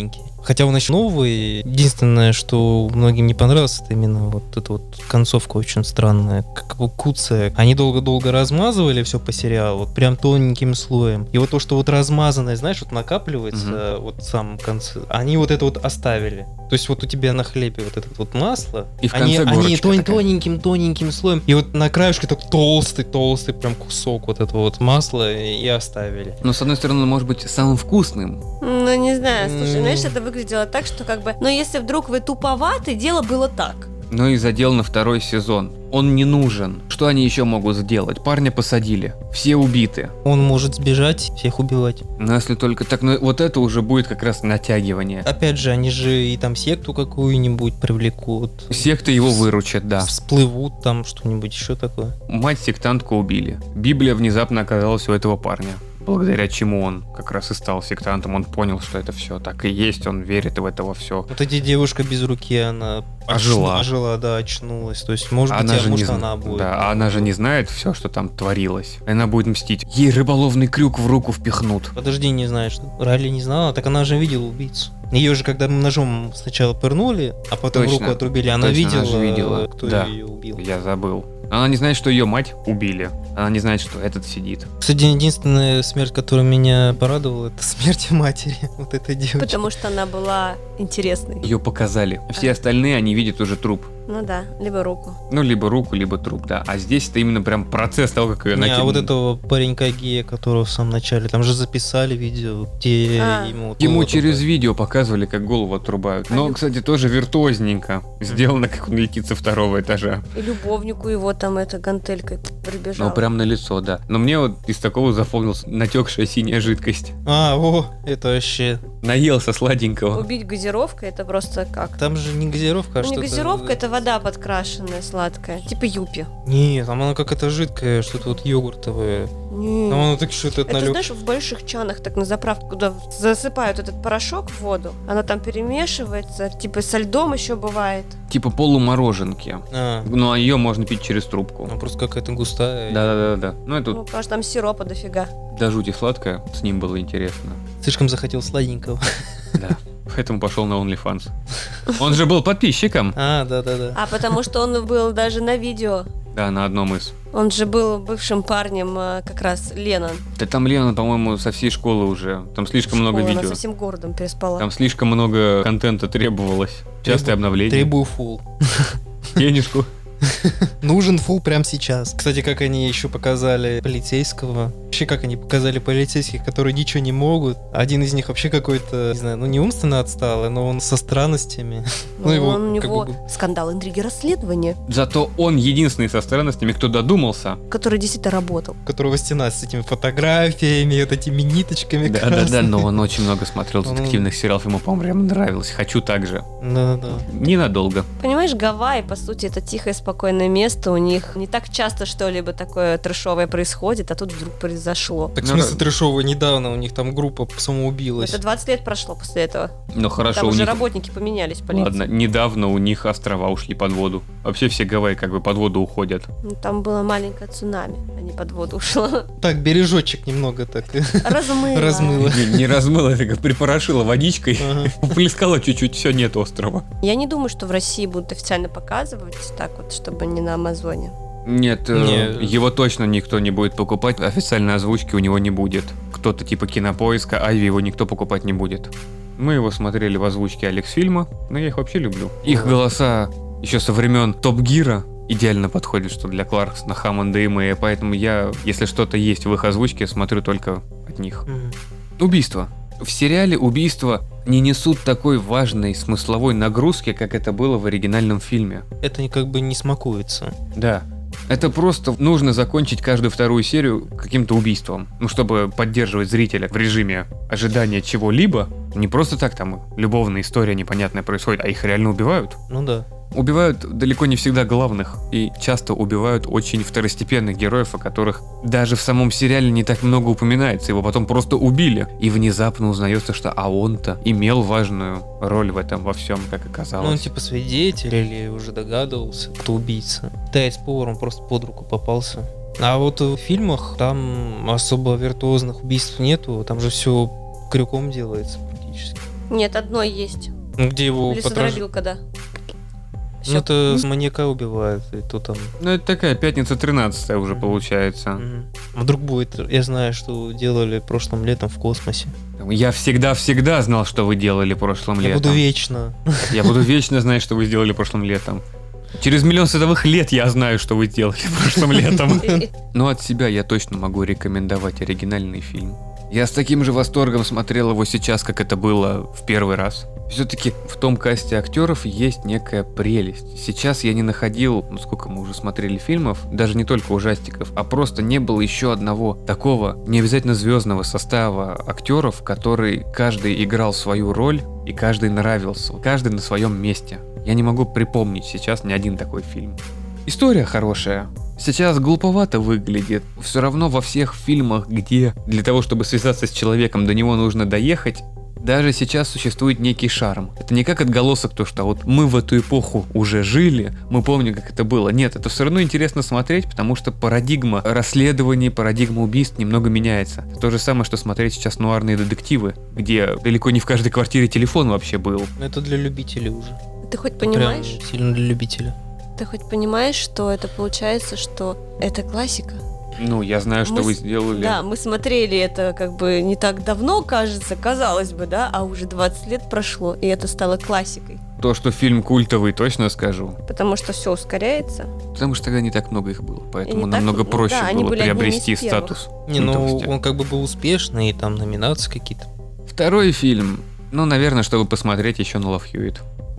Хотя он еще новый. Единственное, что многим не понравилось, это именно вот эта вот концовка очень странная, как бы куцая. Они долго-долго размазывали все по сериалу, вот прям тоненьким слоем. И вот то, что вот размазанное, знаешь, вот накапливается mm-hmm. вот в самом конце, они вот это вот оставили. То есть вот у тебя на хлебе вот это вот масло, и в они, конце они тон, такая. тоненьким-тоненьким слоем. И вот на краешке так толстый-толстый прям кусок вот этого вот масла и оставили. Но с одной стороны, может быть самым вкусным. Ну, не знаю, слушай, знаешь, это выглядело так, что как бы, но если вдруг вы туповаты, дело было так. Ну и задел на второй сезон. Он не нужен. Что они еще могут сделать? Парня посадили. Все убиты. Он может сбежать, всех убивать. Но если только так, ну вот это уже будет как раз натягивание. Опять же, они же и там секту какую-нибудь привлекут. Секты его выручат, да. Всплывут там что-нибудь еще такое. Мать-сектантку убили. Библия внезапно оказалась у этого парня. Благодаря чему он как раз и стал сектантом. Он понял, что это все так и есть, он верит в это во все. Вот эта девушка без руки, она ожила. Ожила, да, очнулась. То есть, может она быть, же а может, не она будет. Да, а она же не знает все, что там творилось. Она будет мстить. Ей рыболовный крюк в руку впихнут. Подожди, не знаешь, что Райли не знала, так она же видела убийцу. Ее же, когда ножом сначала пырнули, а потом Точно, руку отрубили, она точно, видела, она же видела. кто Да. ее убил. Я забыл. Она не знает, что ее мать убили. Она не знает, что этот сидит. Кстати, единственная смерть, которая меня порадовала, это смерть матери вот этой девочки. Потому что она была интересной. Ее показали. Все остальные, они видят уже труп. Ну да, либо руку. Ну, либо руку, либо труп, да. А здесь это именно прям процесс того, как ее Не, накинули. а вот этого паренька гея, которого в самом начале, там же записали видео, где А. ему... Ему голову через отрубают. видео показывали, как голову отрубают. Но, А кстати, тоже виртуозненько сделано, как он летит со второго этажа. И любовнику его там это гантелькой прибежала. Ну, прям на лицо, да. Но мне вот из такого запомнилась натекшая синяя жидкость. А, о, это вообще... Наелся сладенького. Убить газировкой это просто как? Там же не газировка, а Ну, не что-то... газировка, это вода подкрашенная, сладкая. Типа юпи. Не, там она какая-то жидкая, что-то вот йогуртовое. Не. Там оно так что-то Это, налег. знаешь, в больших чанах, так на заправку, куда засыпают этот порошок в воду, оно там перемешивается, типа со льдом еще бывает. Типа полумороженки. А, Ну, а ее можно пить через трубку. она просто какая-то густая. Да-да-да-да. Ну, это Ну, потому что там сиропа дофига. до жути сладкое. С ним было интересно. Слишком захотел сладенького. Да. Поэтому пошел на OnlyFans. Он же был подписчиком. А, да-да-да. А потому что он был даже на видео. Да, на одном из. Он же был бывшим парнем э, как раз Леннон. Да там Лена, по-моему, со всей школы уже. Там слишком много Школа, она видео. со всем городом переспала. Там слишком много контента требовалось. Частое обновление. Требую фул. Денежку. Нужен фул прямо сейчас. Кстати, как они еще показали полицейского. Вообще, как они показали полицейских, которые ничего не могут. Один из них вообще какой-то, не знаю, ну не умственно отсталый, но он со странностями. Ну, Ну, его он, у как него бы- скандал, интриги, расследования, Зато он единственный со странностями, кто додумался. который действительно работал. У которого стена с этими фотографиями, вот этими ниточками Да-да-да, красными. но он очень много смотрел Он- детективных сериалов, ему, по-моему, прям нравилось. Хочу так же. Да-да-да. Ненадолго. Понимаешь, Гавайи, по сути, это тихое, спокойное место. У них не так часто что-либо такое трэшовое происходит, а тут вдруг произошло. Так в Ну, смысле да. трэшового недавно у них там группа самоубилась. Это двадцать лет прошло после этого. Но хорошо, Там у уже них... работники поменялись, полиция. Ладно, недавно у них острова ушли под воду. Вообще все Гавайи как бы под воду уходят. Ну, там было маленькое цунами, а не под воду ушло. Так, бережочек немного так Размыло. размыло. Не, не размыло, это как припорошило водичкой. Ага. Плескало чуть-чуть, все, нет острова. Я не думаю, что в России будут официально показывать так вот, чтобы не на Амазоне. Нет, э, Не. его точно никто не будет покупать, официальной озвучки у него не будет. Кто-то типа Кинопоиска, Айви его никто покупать не будет. Мы его смотрели в озвучке Алекс-фильма, но я их вообще люблю. Их голоса еще со времен Топ Гира идеально подходят, что для Кларксона, Хаммонда и Мэя, поэтому я, если что-то есть в их озвучке, смотрю только от них. Мгм. Убийство. В сериале убийства не несут такой важной смысловой нагрузки, как это было в оригинальном фильме. Это как бы не смакуется. Да. Это просто нужно закончить каждую вторую серию каким-то убийством. Ну, чтобы поддерживать зрителя в режиме ожидания чего-либо. Не просто так там любовная история непонятная происходит, а их реально убивают. Ну да. Убивают далеко не всегда главных, и часто убивают очень второстепенных героев, о которых даже в самом сериале не так много упоминается, его потом просто убили. И внезапно узнается, что а он-то имел важную роль в этом во всем, как Ну, он оказалось. типа свидетель или уже догадывался, кто убийца. Китаец-повар, он просто под руку попался. А вот в фильмах там особо виртуозных убийств нету, там же все крюком делается практически. Нет, одной есть. Ну, где его подраж... Лесодробилка, да. Ну, Всё. это маньяка убивают, и то там... Ну, это такая пятница тринадцатая уже получается. Мгм. А вдруг будет... Я знаю, что делали прошлым летом в космосе. Я всегда-всегда знал, что вы делали прошлым Я летом. буду вечно. Я буду вечно знать, что вы сделали прошлым летом. Через миллион световых лет я знаю, что вы сделали прошлым летом. И- и- Но от себя я точно могу рекомендовать оригинальный фильм. Я с таким же восторгом смотрел его сейчас, как это было в первый раз. Все-таки в том касте актеров есть некая прелесть. Сейчас я не находил, ну сколько мы уже смотрели фильмов, даже не только ужастиков, а просто не было еще одного такого, не обязательно звездного состава актеров, который каждый играл свою роль и каждый нравился, каждый на своем месте. Я не могу припомнить сейчас ни один такой фильм. История хорошая. Сейчас глуповато выглядит. Все равно во всех фильмах, где для того, чтобы связаться с человеком, до него нужно доехать, даже сейчас существует некий шарм. Это не как отголосок, то что вот мы в эту эпоху уже жили, мы помним, как это было. Нет, это все равно интересно смотреть, потому что парадигма расследований, парадигма убийств немного меняется. Это то же самое, что смотреть сейчас нуарные детективы, где далеко не в каждой квартире телефон вообще был. Это для любителей уже. Ты хоть понимаешь? Прям сильно для любителя. Ты хоть понимаешь, что это получается, что это классика? Ну, я знаю, что Мы вы с- сделали. Да, мы смотрели это как бы не так давно, кажется, казалось бы, да, а уже двадцать лет прошло, и это стало классикой. То, что фильм культовый, точно скажу. Потому что все ускоряется. Потому что тогда не так много их было, поэтому не так- намного проще да, они было были одними приобрести из первых. статус Не, ну культовости. он как бы был успешный, и там номинации какие-то. Второй фильм, ну, наверное, чтобы посмотреть еще на Лав Хьюитт.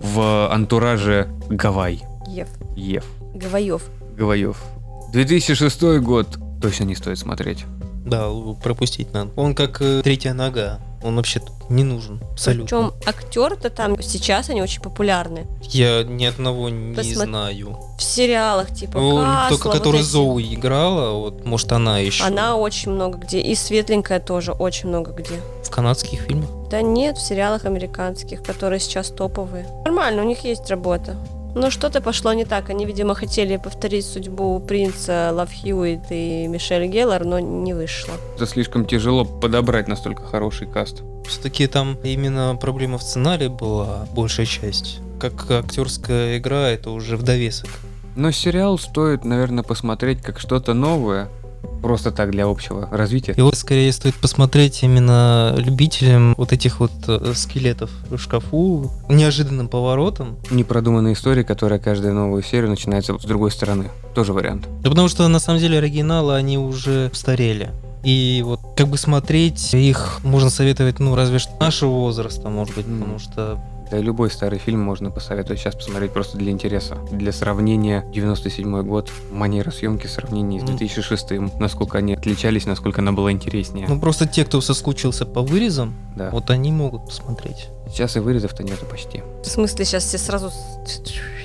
В антураже Гавай. Ев. Ев. Гавайев. Гавайев. две тысячи шестой год. Точно не стоит смотреть. Да, пропустить надо. Он как э, третья нога. Он вообще тут не нужен. Абсолютно. Причем актеры-то там сейчас они очень популярны. Я ни одного не Посмо- знаю. В сериалах типа Ну, Касла, только вот которая эти. Зоу играла, вот, может, она еще. Она очень много где. И светленькая тоже очень много где. В канадских фильмах. Да нет, в сериалах американских, которые сейчас топовые. Нормально, у них есть работа. Но что-то пошло не так. Они, видимо, хотели повторить судьбу принца Лав Хьюитт и Мишель Геллар, но не вышло. Это слишком тяжело подобрать настолько хороший каст. Все-таки там именно проблема в сценарии была большая часть. Как актерская игра, это уже в довесок. Но сериал стоит, наверное, посмотреть как что-то новое. Просто так, для общего развития. Его скорее стоит посмотреть именно любителям вот этих вот э, скелетов в шкафу, неожиданным поворотом. Непродуманная история, которая каждую новую серию начинается с другой стороны. Тоже вариант. Да потому что на самом деле оригиналы, они уже устарели. И вот как бы смотреть их можно советовать, ну, разве что нашего возраста, может быть, Мгм. потому что... Да и любой старый фильм можно посоветовать сейчас посмотреть просто для интереса. Для сравнения, девяносто седьмой год, манера съемки в сравнении с Мгм. две тысячи шестым, насколько они отличались, насколько она была интереснее. Ну, просто те, кто соскучился по вырезам, Да. вот они могут посмотреть. Сейчас и вырезов-то нету почти. В смысле, сейчас все сразу... с-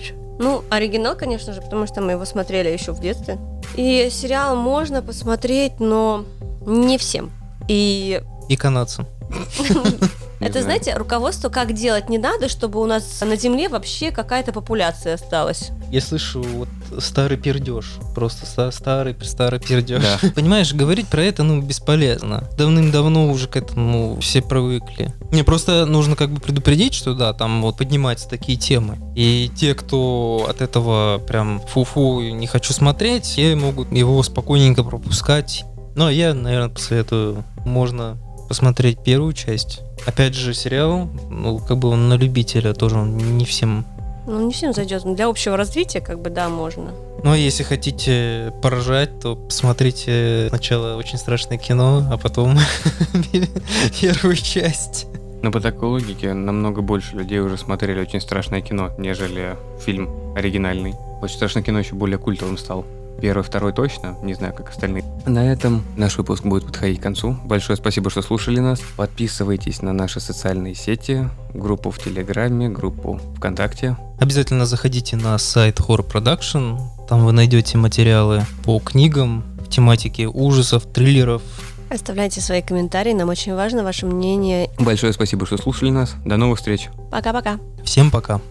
Ну, оригинал, конечно же, потому что мы его смотрели еще в детстве. И сериал можно посмотреть, но не всем. И И канадцам. Не это, знаю. знаете, руководство как делать не надо, чтобы у нас на Земле вообще какая-то популяция осталась. Я слышу вот старый пердеж. Просто ста- старый, старый пердеж. Да. Понимаешь, говорить про это, ну, бесполезно. Давным-давно уже к этому все привыкли. Не, просто нужно как бы предупредить, что да, там вот поднимаются такие темы. И те, кто от этого прям фу-фу, не хочу смотреть, те могут его спокойненько пропускать. Но я, наверное, посоветую, можно посмотреть первую часть. Опять же, сериал, ну, как бы он на любителя тоже, он не всем. Ну, не всем зайдет. Но для общего развития, как бы, да, можно. Ну, а если хотите поражать, то посмотрите сначала очень страшное кино, а потом первую часть. Но по такой логике намного больше людей уже смотрели очень страшное кино, нежели фильм оригинальный. Очень страшное кино еще более культовым стал. Первый, второй точно, не знаю, как остальные. На этом наш выпуск будет подходить к концу. Большое спасибо, что слушали нас. Подписывайтесь на наши социальные сети, группу в Телеграме, группу ВКонтакте. Обязательно заходите на сайт Horror Production. Там вы найдете материалы по книгам, в тематике ужасов, триллеров. Оставляйте свои комментарии, нам очень важно ваше мнение. Большое спасибо, что слушали нас. До новых встреч. Пока-пока. Всем пока!